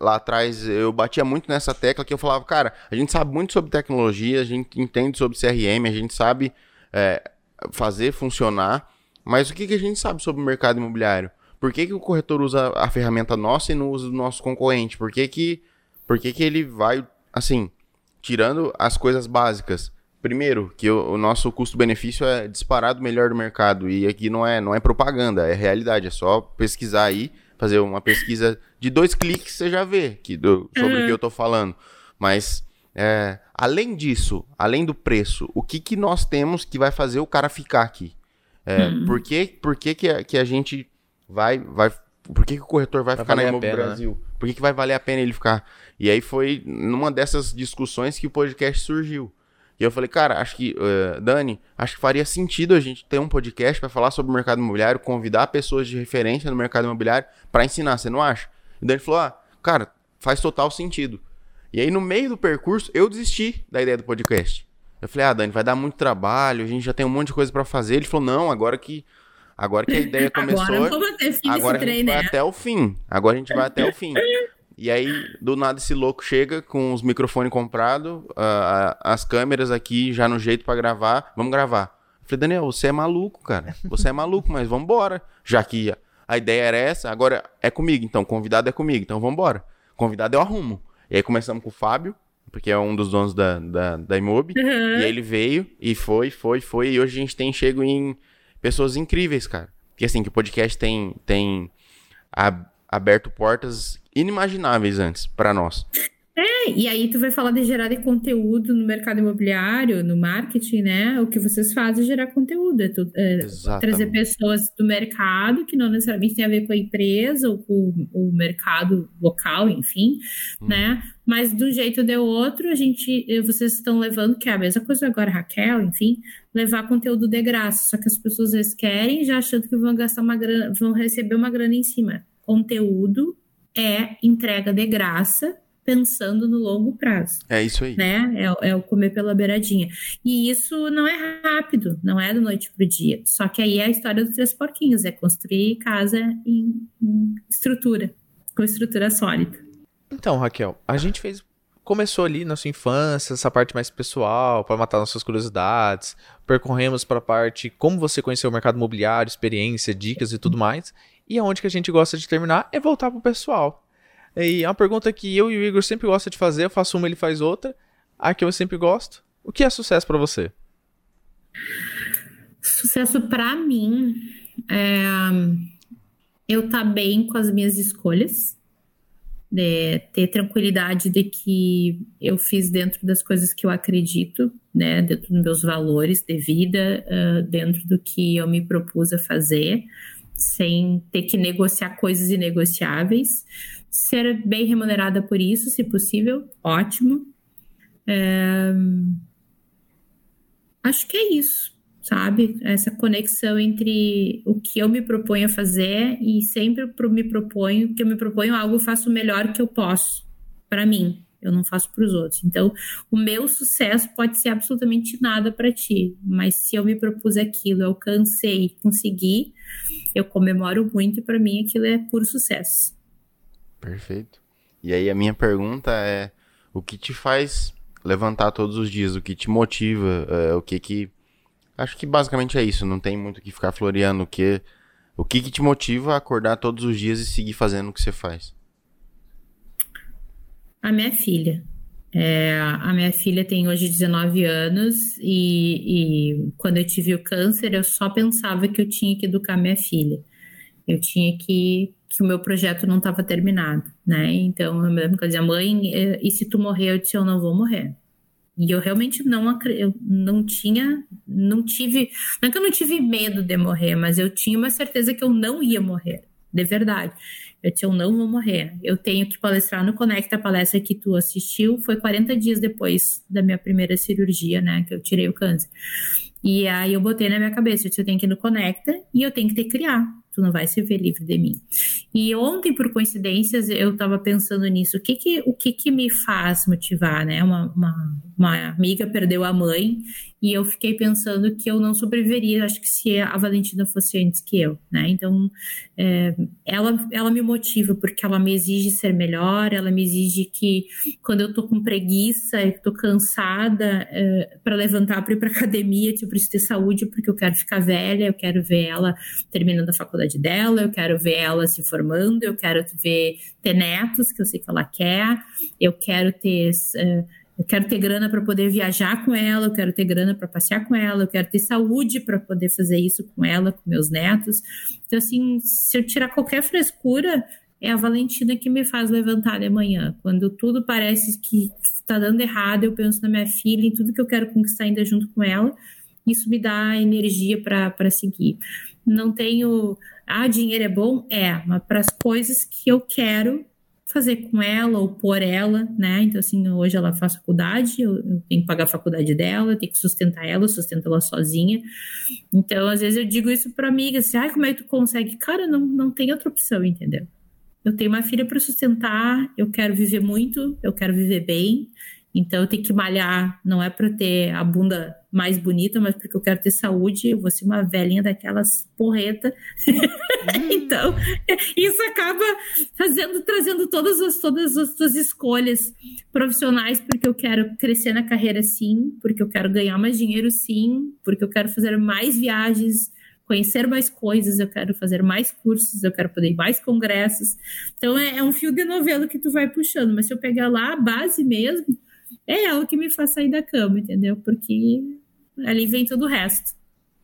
lá atrás eu batia muito nessa tecla que eu falava, cara, a gente sabe muito sobre tecnologia, a gente entende sobre C R M, a gente sabe é, fazer funcionar, mas o que, que a gente sabe sobre o mercado imobiliário? Por que, que o corretor usa a ferramenta nossa e não usa do nosso concorrente? Por que, que, por que, que ele vai, assim, tirando as coisas básicas? Primeiro, que o, o nosso custo-benefício é disparado melhor do mercado. E aqui não é, não é propaganda, é realidade. É só pesquisar aí, fazer uma pesquisa de dois cliques, você já vê que, do, sobre uhum. o que eu tô falando. Mas, é, além disso, além do preço, o que, que nós temos que vai fazer o cara ficar aqui? É, uhum. Por que, por que, que, a, que a gente... Vai, vai, por que, que o corretor vai, vai ficar na Imóvel Brasil? Né? Por que, que vai valer a pena ele ficar? E aí foi numa dessas discussões que o podcast surgiu. E eu falei, cara, acho que, uh, Dani, acho que faria sentido a gente ter um podcast para falar sobre o mercado imobiliário, convidar pessoas de referência no mercado imobiliário para ensinar, você não acha? E o Dani falou, ah, cara, faz total sentido. E aí no meio do percurso eu desisti da ideia do podcast. Eu falei, ah, Dani, vai dar muito trabalho, a gente já tem um monte de coisa para fazer. Ele falou, não, agora que... Agora que a ideia começou, agora, vamos ter fim agora desse a gente trem, vai né? até o fim. Agora a gente vai até o fim. E aí, do nada, esse louco chega com os microfones comprados, uh, as câmeras aqui já no jeito pra gravar. Vamos gravar. Eu falei, Daniel, você é maluco, cara. Você é maluco, mas vamos embora. Já que a ideia era essa, agora é comigo. Então, convidado é comigo. Então, vamos embora. Convidado eu arrumo. E aí começamos com o Fábio, porque é um dos donos da, da, da Imob. Uhum. E aí ele veio e foi, foi, foi. E hoje a gente tem chego em... pessoas incríveis, cara. Porque assim, que o podcast tem, tem ab- aberto portas inimagináveis antes pra nós. É, e aí tu vai falar de gerar de conteúdo no mercado imobiliário, no marketing, né? O que vocês fazem é gerar conteúdo. É, tu, é trazer pessoas do mercado, que não necessariamente tem a ver com a empresa ou com o mercado local, enfim, hum. né? Mas de um jeito ou de outro, a gente, vocês estão levando, que é a mesma coisa agora, Raquel, enfim, levar conteúdo de graça. Só que as pessoas às vezes querem, já achando que vão gastar uma grana, vão receber uma grana em cima. Conteúdo é entrega de graça, pensando no longo prazo. É isso aí. Né? É, é o comer pela beiradinha. E isso não é rápido, não é da noite pro dia. Só que aí é a história dos três porquinhos, é construir casa em, em estrutura, com estrutura sólida. Então, Raquel, a gente fez... Começou ali na sua infância, essa parte mais pessoal, para matar nossas curiosidades. Percorremos para a parte como você conheceu o mercado imobiliário, experiência, dicas e tudo mais. E aonde que a gente gosta de terminar é voltar pro pessoal. E é uma pergunta que eu e o Igor sempre gosta de fazer, eu faço uma, ele faz outra. A que eu sempre gosto. O que é sucesso para você? Sucesso para mim é eu estar bem com as minhas escolhas, de ter tranquilidade de que eu fiz dentro das coisas que eu acredito, né, dentro dos meus valores de vida, uh, dentro do que eu me propus a fazer, sem ter que negociar coisas inegociáveis. Ser bem remunerada por isso, se possível, ótimo. É... Acho que é isso, sabe? Essa conexão entre o que eu me proponho a fazer e sempre me proponho, que eu me proponho algo, eu faço o melhor que eu posso para mim. Eu não faço para os outros. Então, o meu sucesso pode ser absolutamente nada para ti, mas se eu me propus aquilo, eu alcancei, consegui, eu comemoro muito e para mim aquilo é puro sucesso. Perfeito. E aí a minha pergunta é, o que te faz levantar todos os dias? O que te motiva? É, o que que... Acho que basicamente é isso, não tem muito o que ficar floreando. O que, o que que te motiva a acordar todos os dias e seguir fazendo o que você faz? A minha filha. É, a minha filha tem hoje dezenove anos e, e quando eu tive o câncer, eu só pensava que eu tinha que educar minha filha. Eu tinha que... que o meu projeto não estava terminado, né? Então, eu me lembro que eu dizia, mãe, e se tu morrer? Eu disse, eu não vou morrer. E eu realmente não, eu não tinha, não tive, não é que eu não tive medo de morrer, mas eu tinha uma certeza que eu não ia morrer, de verdade. Eu disse, eu não vou morrer. Eu tenho que palestrar no Conecta, a palestra que tu assistiu, foi quarenta dias depois da minha primeira cirurgia, né? Que eu tirei o câncer. E aí eu botei na minha cabeça, eu disse, eu tenho que ir no Conecta e eu tenho que te criar. Tu não vai se ver livre de mim. E ontem, por coincidências, eu tava pensando nisso. O que que, o que, que me faz motivar, né? Uma, uma, uma amiga perdeu a mãe e eu fiquei pensando que eu não sobreviveria, acho que se a Valentina fosse antes que eu, né? Então, é, ela, ela me motiva, porque ela me exige ser melhor, ela me exige que quando eu tô com preguiça, eu tô cansada, é, para levantar, para ir pra academia, eu preciso ter saúde, porque eu quero ficar velha, eu quero ver ela terminando a faculdade dela, eu quero ver ela se formando, eu quero ver, ter netos, que eu sei que ela quer, eu quero ter... É, eu quero ter grana para poder viajar com ela, eu quero ter grana para passear com ela, eu quero ter saúde para poder fazer isso com ela, com meus netos. Então, assim, se eu tirar qualquer frescura, é a Valentina que me faz levantar de manhã. Quando tudo parece que está dando errado, eu penso na minha filha, em tudo que eu quero conquistar ainda junto com ela. Isso me dá energia para seguir. Não tenho... Ah, dinheiro é bom? É, mas para as coisas que eu quero fazer com ela ou por ela, né? Então, assim, hoje ela faz faculdade, eu, eu tenho que pagar a faculdade dela, eu tenho que sustentar ela, eu sustento ela sozinha. Então, às vezes eu digo isso para amigas, assim, ai, como é que tu consegue? Cara, não, não tem outra opção, entendeu? Eu tenho uma filha para sustentar, eu quero viver muito, eu quero viver bem, então eu tenho que malhar, não é para ter a bunda mais bonita, mas porque eu quero ter saúde, eu vou ser uma velhinha daquelas porreta. Então, isso acaba fazendo, trazendo todas as, todas as suas escolhas profissionais, porque eu quero crescer na carreira sim, porque eu quero ganhar mais dinheiro sim, porque eu quero fazer mais viagens, conhecer mais coisas, eu quero fazer mais cursos, eu quero poder ir mais congressos. Então, é, é um fio de novelo que tu vai puxando, mas se eu pegar lá a base mesmo, é ela que me faz sair da cama, entendeu? Porque ali vem todo o resto.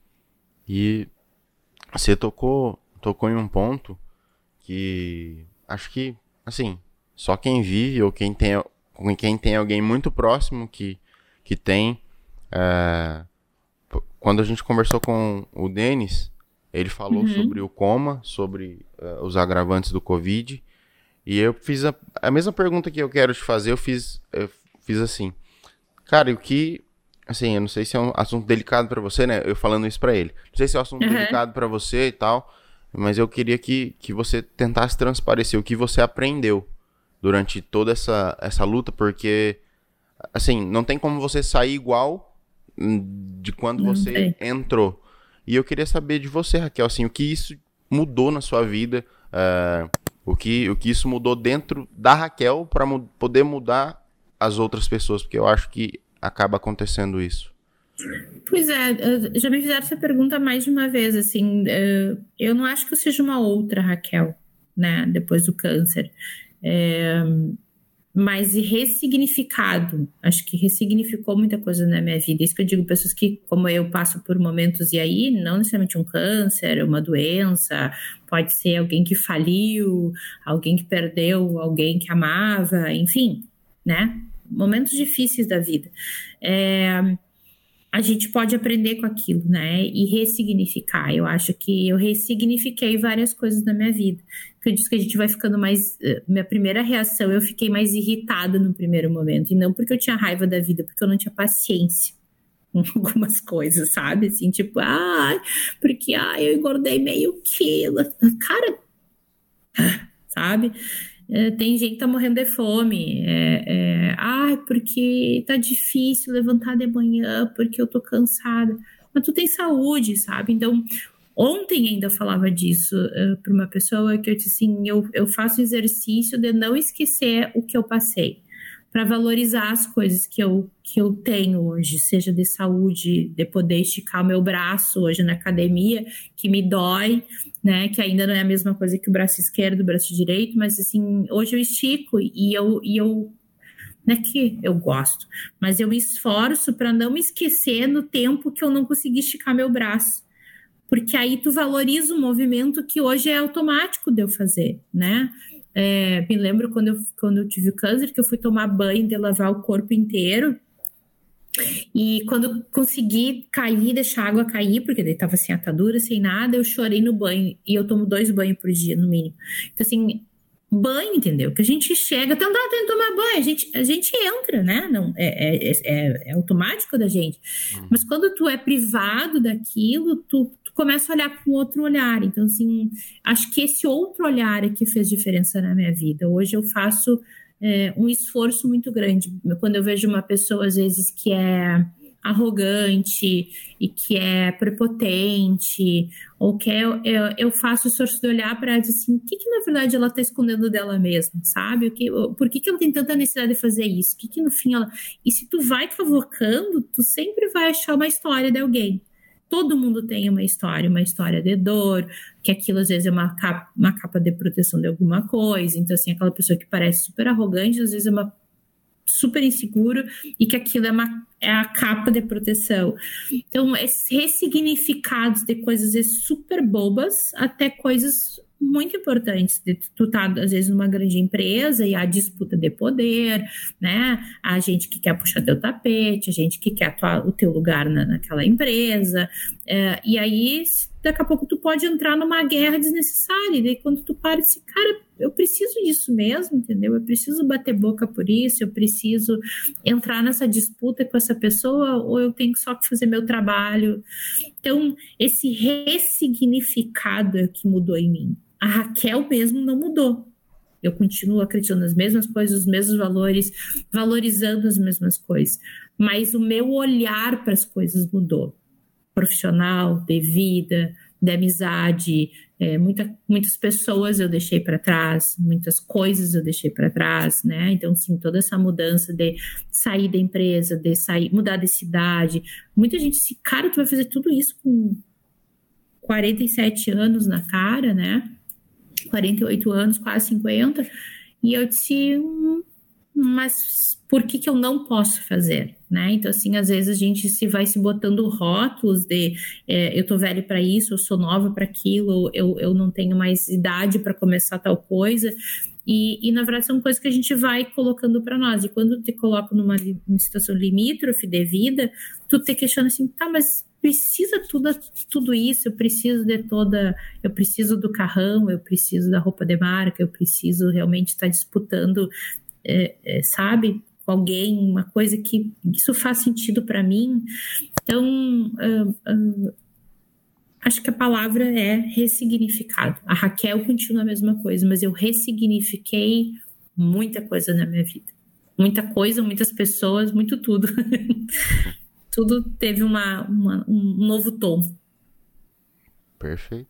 E você tocou, tocou em um ponto que acho que, assim, só quem vive ou quem tem, quem tem alguém muito próximo que, que tem... É, quando a gente conversou com o Denis, ele falou uhum. sobre o coma, sobre uh, os agravantes do Covid, e eu fiz a, a mesma pergunta que eu quero te fazer, eu fiz, eu fiz assim, cara, o que, assim, eu não sei se é um assunto delicado pra você, né, eu falando isso pra ele, não sei se é um assunto uhum. delicado pra você e tal, mas eu queria que, que você tentasse transparecer o que você aprendeu durante toda essa, essa luta, porque, assim, não tem como você sair igual de quando não você sei. entrou. E eu queria saber de você, Raquel, assim, o que isso mudou na sua vida, uh, o, que, o que isso mudou dentro da Raquel para mu- poder mudar as outras pessoas, porque eu acho que acaba acontecendo isso. Pois é, já me fizeram essa pergunta mais de uma vez, assim, eu não acho que eu seja uma outra Raquel, né, depois do câncer. É... mas ressignificado, acho que ressignificou muita coisa na minha vida, isso que eu digo, pessoas que, como eu, passo por momentos e aí, não necessariamente um câncer, uma doença, pode ser alguém que faliu, alguém que perdeu, alguém que amava, enfim, né, momentos difíceis da vida, é, a gente pode aprender com aquilo, né, e ressignificar. Eu acho que eu ressignifiquei várias coisas na minha vida. Eu disse que a gente vai ficando mais... Minha primeira reação, eu fiquei mais irritada no primeiro momento. E não porque eu tinha raiva da vida, porque eu não tinha paciência com algumas coisas, sabe? Assim, tipo, ai, porque ai, eu engordei meio quilo. Cara, sabe? É, tem gente que tá morrendo de fome. É, é, ai, porque tá difícil levantar de manhã, porque eu tô cansada. Mas tu tem saúde, sabe? Então... Ontem ainda eu falava disso uh, para uma pessoa que eu disse assim, eu, eu faço exercício de não esquecer o que eu passei, para valorizar as coisas que eu, que eu tenho hoje, seja de saúde, de poder esticar o meu braço hoje na academia, que me dói, né, que ainda não é a mesma coisa que o braço esquerdo, o braço direito, mas assim, hoje eu estico e eu... E eu não é que eu gosto, mas eu me esforço para não me esquecer no tempo que eu não consegui esticar meu braço. Porque aí tu valoriza o movimento que hoje é automático de eu fazer, né? É, me lembro quando eu, quando eu tive câncer, que eu fui tomar banho, de lavar o corpo inteiro. E quando eu consegui cair, deixar a água cair, porque daí tava sem atadura, sem nada, eu chorei no banho. E eu tomo dois banhos por dia, no mínimo. Então, assim... banho, entendeu? Que a gente chega, tem que tomar banho, a gente, a gente entra, né? Não, é, é, é, é automático da gente. Uhum. Mas quando tu é privado daquilo, tu, tu começa a olhar com outro olhar. Então, assim, acho que esse outro olhar é que fez diferença na minha vida. Hoje eu faço é, um esforço muito grande. Quando eu vejo uma pessoa, às vezes, que é arrogante e que é prepotente, ou que é, eu, eu faço o esforço de olhar para ela e dizer assim, o que, que na verdade ela está escondendo dela mesma, sabe? O que, por que, que ela tem tanta necessidade de fazer isso? O que, que no fim ela... E se tu vai cavocando, tu sempre vai achar uma história de alguém. Todo mundo tem uma história, uma história de dor, que aquilo às vezes é uma capa, uma capa de proteção de alguma coisa. Então, assim, aquela pessoa que parece super arrogante, às vezes é uma super inseguro e que aquilo é, uma, é a capa de proteção. Então, esses ressignificados de coisas às vezes, super bobas até coisas muito importantes. De tu tá, às vezes, numa grande empresa e há disputa de poder, né? A gente que quer puxar teu tapete, a gente que quer atuar o teu lugar na, naquela empresa. É, e aí, daqui a pouco, tu pode entrar numa guerra desnecessária. E daí, quando tu para e diz, cara, eu preciso disso mesmo, entendeu? Eu preciso bater boca por isso, eu preciso entrar nessa disputa com essa pessoa, ou eu tenho só que fazer meu trabalho. Então, esse ressignificado é que mudou em mim. A Raquel mesmo não mudou. Eu continuo acreditando nas mesmas coisas, os mesmos valores, valorizando as mesmas coisas. Mas o meu olhar para as coisas mudou. Profissional, de vida, de amizade, é, muita, muitas pessoas eu deixei para trás, muitas coisas eu deixei para trás, né? Então, sim, toda essa mudança de sair da empresa, de sair, mudar de cidade. Muita gente disse, cara, tu vai fazer tudo isso com quarenta e sete anos na cara, né? quarenta e oito anos, quase cinquenta. E eu disse, hum, mas por que que eu não posso fazer, né? Então, assim, às vezes a gente se vai se botando rótulos de é, eu tô velho para isso, eu sou nova para aquilo, eu, eu não tenho mais idade para começar tal coisa. E, e, na verdade, são coisas que a gente vai colocando para nós. E quando te coloca numa, numa situação limítrofe de vida, tu te questiona assim, tá, mas precisa tudo, tudo isso, eu preciso de toda, eu preciso do carrão, eu preciso da roupa de marca, eu preciso realmente estar disputando, é, é, sabe, com alguém, uma coisa que isso faz sentido para mim. Então, uh, uh, acho que a palavra é ressignificado. A Raquel continua a mesma coisa, mas eu ressignifiquei muita coisa na minha vida. Muita coisa, muitas pessoas, muito tudo. Tudo teve uma, uma, um novo tom. Perfeito.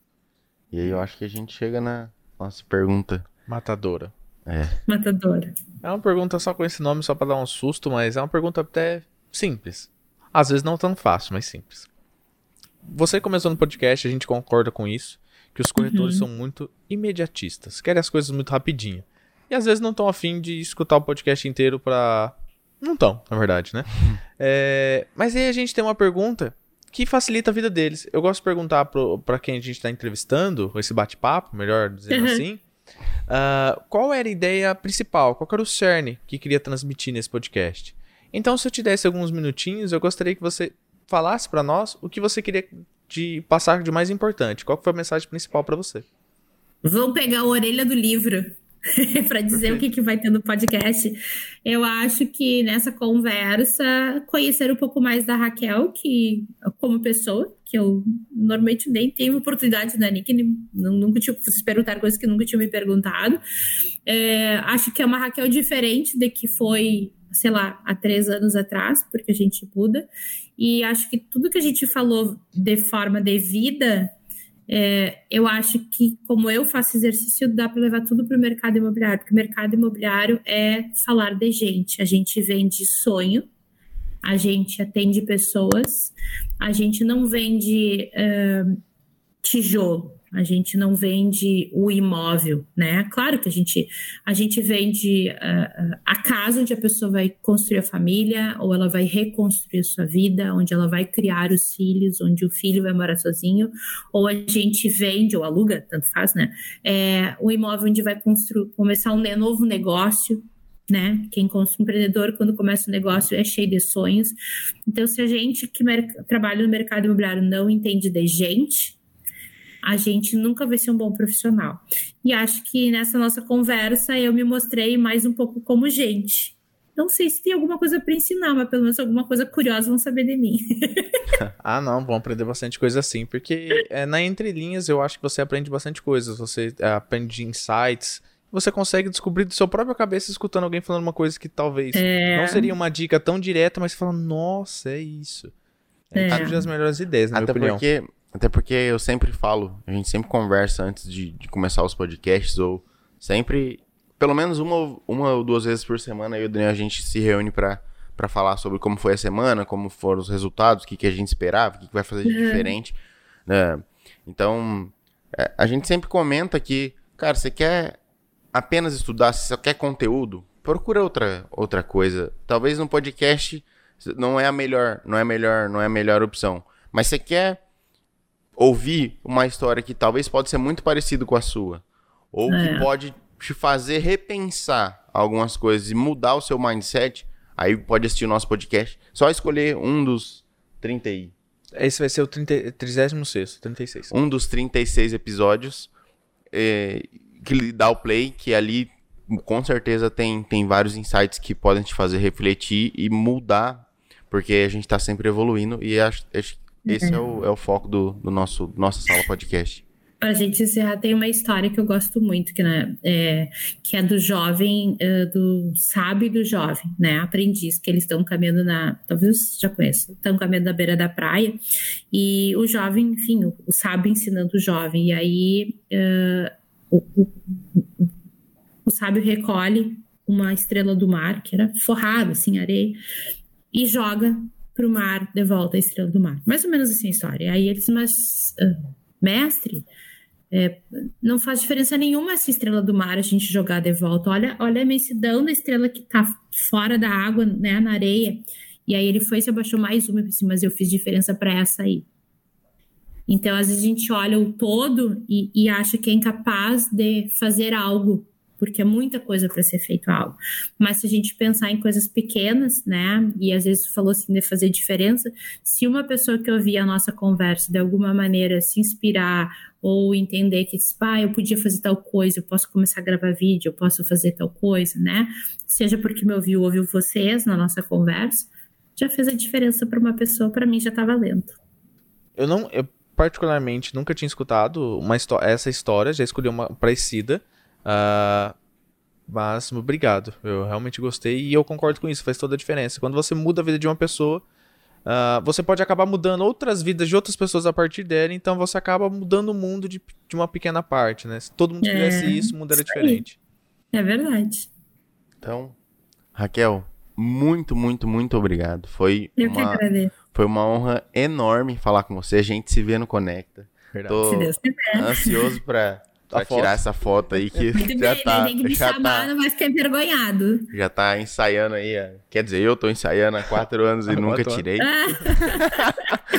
E aí eu acho que a gente chega na nossa pergunta. Matadora. É. Matadora. É uma pergunta só com esse nome, só pra dar um susto, mas é uma pergunta até simples. Às vezes não tão fácil, mas simples. Você começou no podcast, a gente concorda com isso, que os corretores uhum. são muito imediatistas, querem as coisas muito rapidinho. E às vezes não estão afim de escutar o podcast inteiro pra... Não estão, na verdade, né? é... Mas aí a gente tem uma pergunta que facilita a vida deles. Eu gosto de perguntar pro, pra quem a gente tá entrevistando, esse bate-papo, melhor dizendo uhum. assim, uh, qual era a ideia principal, qual era o cerne que queria transmitir nesse podcast. Então, se eu te desse alguns minutinhos, eu gostaria que você falasse para nós o que você queria de passar de mais importante. Qual foi a mensagem principal para você? Vão pegar a orelha do livro para dizer o que, que vai ter no podcast. Eu acho que nessa conversa, conhecer um pouco mais da Raquel, que como pessoa, que eu normalmente nem tenho oportunidade, né? Nem que não, nunca tinha se perguntar coisas que nunca tinha me perguntado. É, acho que é uma Raquel diferente de que foi, sei lá, há três anos atrás, porque a gente muda. E acho que tudo que a gente falou de forma de vida, é, eu acho que, como eu faço exercício, dá para levar tudo para o mercado imobiliário, porque o mercado imobiliário é falar de gente. A gente vende sonho, a gente atende pessoas, a gente não vende uh, tijolo, a gente não vende o imóvel, né? Claro que a gente, a gente vende uh, a casa onde a pessoa vai construir a família, ou ela vai reconstruir a sua vida, onde ela vai criar os filhos, onde o filho vai morar sozinho, ou a gente vende, ou aluga, tanto faz, né? É, o imóvel onde vai construir, começar um novo negócio, né? Quem construa um empreendedor, quando começa um negócio, é cheio de sonhos. Então, se a gente que trabalha no mercado imobiliário não entende de gente, a gente nunca vai ser um bom profissional. E acho que nessa nossa conversa eu me mostrei mais um pouco como gente. Não sei se tem alguma coisa para ensinar, mas pelo menos alguma coisa curiosa vão saber de mim. Ah, não, vão aprender bastante coisa assim, porque é, na entrelinhas eu acho que você aprende bastante coisas, você é, aprende insights você consegue descobrir do seu própria cabeça escutando alguém falando uma coisa que talvez É. não seria uma dica tão direta, mas você fala, nossa, é isso. É, É. surge as melhores ideias, na Até minha opinião. porque, até porque eu sempre falo, a gente sempre conversa antes de, de começar os podcasts, ou sempre, pelo menos uma, uma ou duas vezes por semana, eu e o Daniel, a gente se reúne pra, pra falar sobre como foi a semana, como foram os resultados, o que, que a gente esperava, o que, que vai fazer de diferente, né? Então, é, a gente sempre comenta que, cara, você quer apenas estudar, se você quer conteúdo, procura outra, outra coisa. Talvez no podcast não é a melhor, não é a melhor, não é a melhor opção. Mas você quer ouvir uma história que talvez pode ser muito parecido com a sua, ou É. que pode te fazer repensar algumas coisas e mudar o seu mindset, aí pode assistir o nosso podcast. Só escolher um dos trinta e... Esse vai ser o trinta, trigésimo sexto, trinta e seis. um dos trinta e seis episódios, é, que lhe dá o play, que ali com certeza tem, tem vários insights que podem te fazer refletir e mudar, porque a gente tá sempre evoluindo e acho, acho que esse é o, é o foco do, do nosso nossa sala podcast. Pra gente encerrar, tem uma história que eu gosto muito, que, né, é, que é do jovem, é, do sábio e do jovem, né, aprendiz, que eles estão caminhando na, talvez você já conheça, estão caminhando na beira da praia, e o jovem, enfim, o, o sábio ensinando o jovem, e aí é, o, o, o, o sábio recolhe uma estrela do mar, que era forrado, assim, areia, e joga pro mar, de volta a estrela do mar. Mais ou menos assim a história. Aí ele diz, mas, uh, mestre... É, não faz diferença nenhuma essa estrela do mar a gente jogar de volta. Olha, olha a imensidão da estrela que tá fora da água, né, na areia. E aí ele foi e se abaixou mais uma e disse, mas eu fiz diferença para essa aí. Então, às vezes a gente olha o todo e, e acha que é incapaz de fazer algo, porque é muita coisa para ser feito algo. Mas se a gente pensar em coisas pequenas, né, e às vezes falou assim de fazer diferença, se uma pessoa que ouvir a nossa conversa de alguma maneira se inspirar ou entender que, ah, eu podia fazer tal coisa, eu posso começar a gravar vídeo, eu posso fazer tal coisa, né, seja porque me ouviu, ouviu vocês na nossa conversa, já fez a diferença para uma pessoa, para mim já tá valendo. Eu não, eu particularmente nunca tinha escutado uma essa história, já escolhi uma parecida. Uh, mas obrigado, eu realmente gostei e eu concordo com isso, faz toda a diferença. Quando você muda a vida de uma pessoa, uh, você pode acabar mudando outras vidas de outras pessoas a partir dela, então você acaba mudando o mundo de, de uma pequena parte, né? Se todo mundo É, fizesse isso, o mundo era isso aí. diferente. É verdade. Então, Raquel, muito, muito, muito obrigado. Foi Eu que uma, agradeço. foi uma honra enorme falar com você. A gente se vê no Conecta. Verdade. Tô Se Deus quiser. ansioso pra, pra A foto. tirar essa foto aí que Muito já bem, tá, tem que me já chamar, tá, não vai ficar envergonhado. já tá ensaiando aí. ó. Quer dizer, eu tô ensaiando há quatro anos e Há nunca quatro tirei. Ah,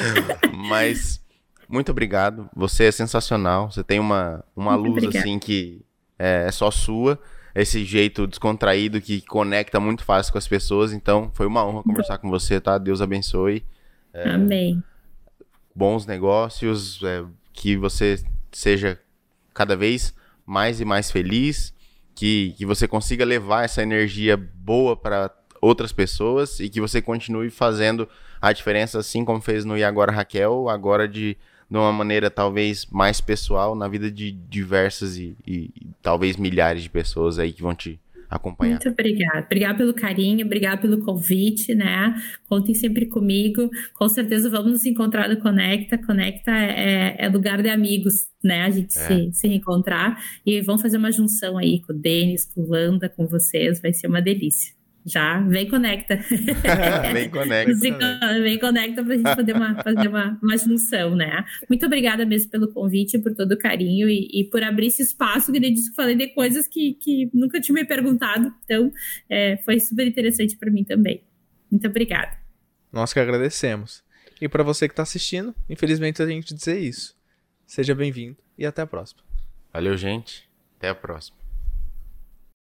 Mas muito obrigado. Você é sensacional. Você tem uma, uma Muito luz obrigada. assim que é, é só sua. Esse jeito descontraído que conecta muito fácil com as pessoas. Então, foi uma honra conversar com você, tá? Deus abençoe. Amém. Bons negócios, é, que você seja cada vez mais e mais feliz, que, que você consiga levar essa energia boa para outras pessoas e que você continue fazendo a diferença, assim como fez no E Agora Raquel, agora de, de uma maneira talvez mais pessoal na vida de diversas e, e, e talvez milhares de pessoas aí que vão te acompanhar. Muito obrigada. Obrigada pelo carinho, obrigada pelo convite, né? Contem sempre comigo. Com certeza vamos nos encontrar no Conecta. Conecta é, é lugar de amigos, né? A gente É. se, se reencontrar e vamos fazer uma junção aí com o Denis, com o Landa, com vocês. Vai ser uma delícia. Já vem Conecta. Vem conecta. Se con- Vem Conecta pra gente poder uma, fazer uma, uma junção, né? Muito obrigada mesmo pelo convite, por todo o carinho e, e por abrir esse espaço, que eu disse que falei de coisas que, que nunca tinha me perguntado. Então, é, foi super interessante para mim também. Muito obrigada. Nós que agradecemos. E para você que tá assistindo, infelizmente a gente dizer isso. Seja bem-vindo e até a próxima. Valeu, gente. Até a próxima.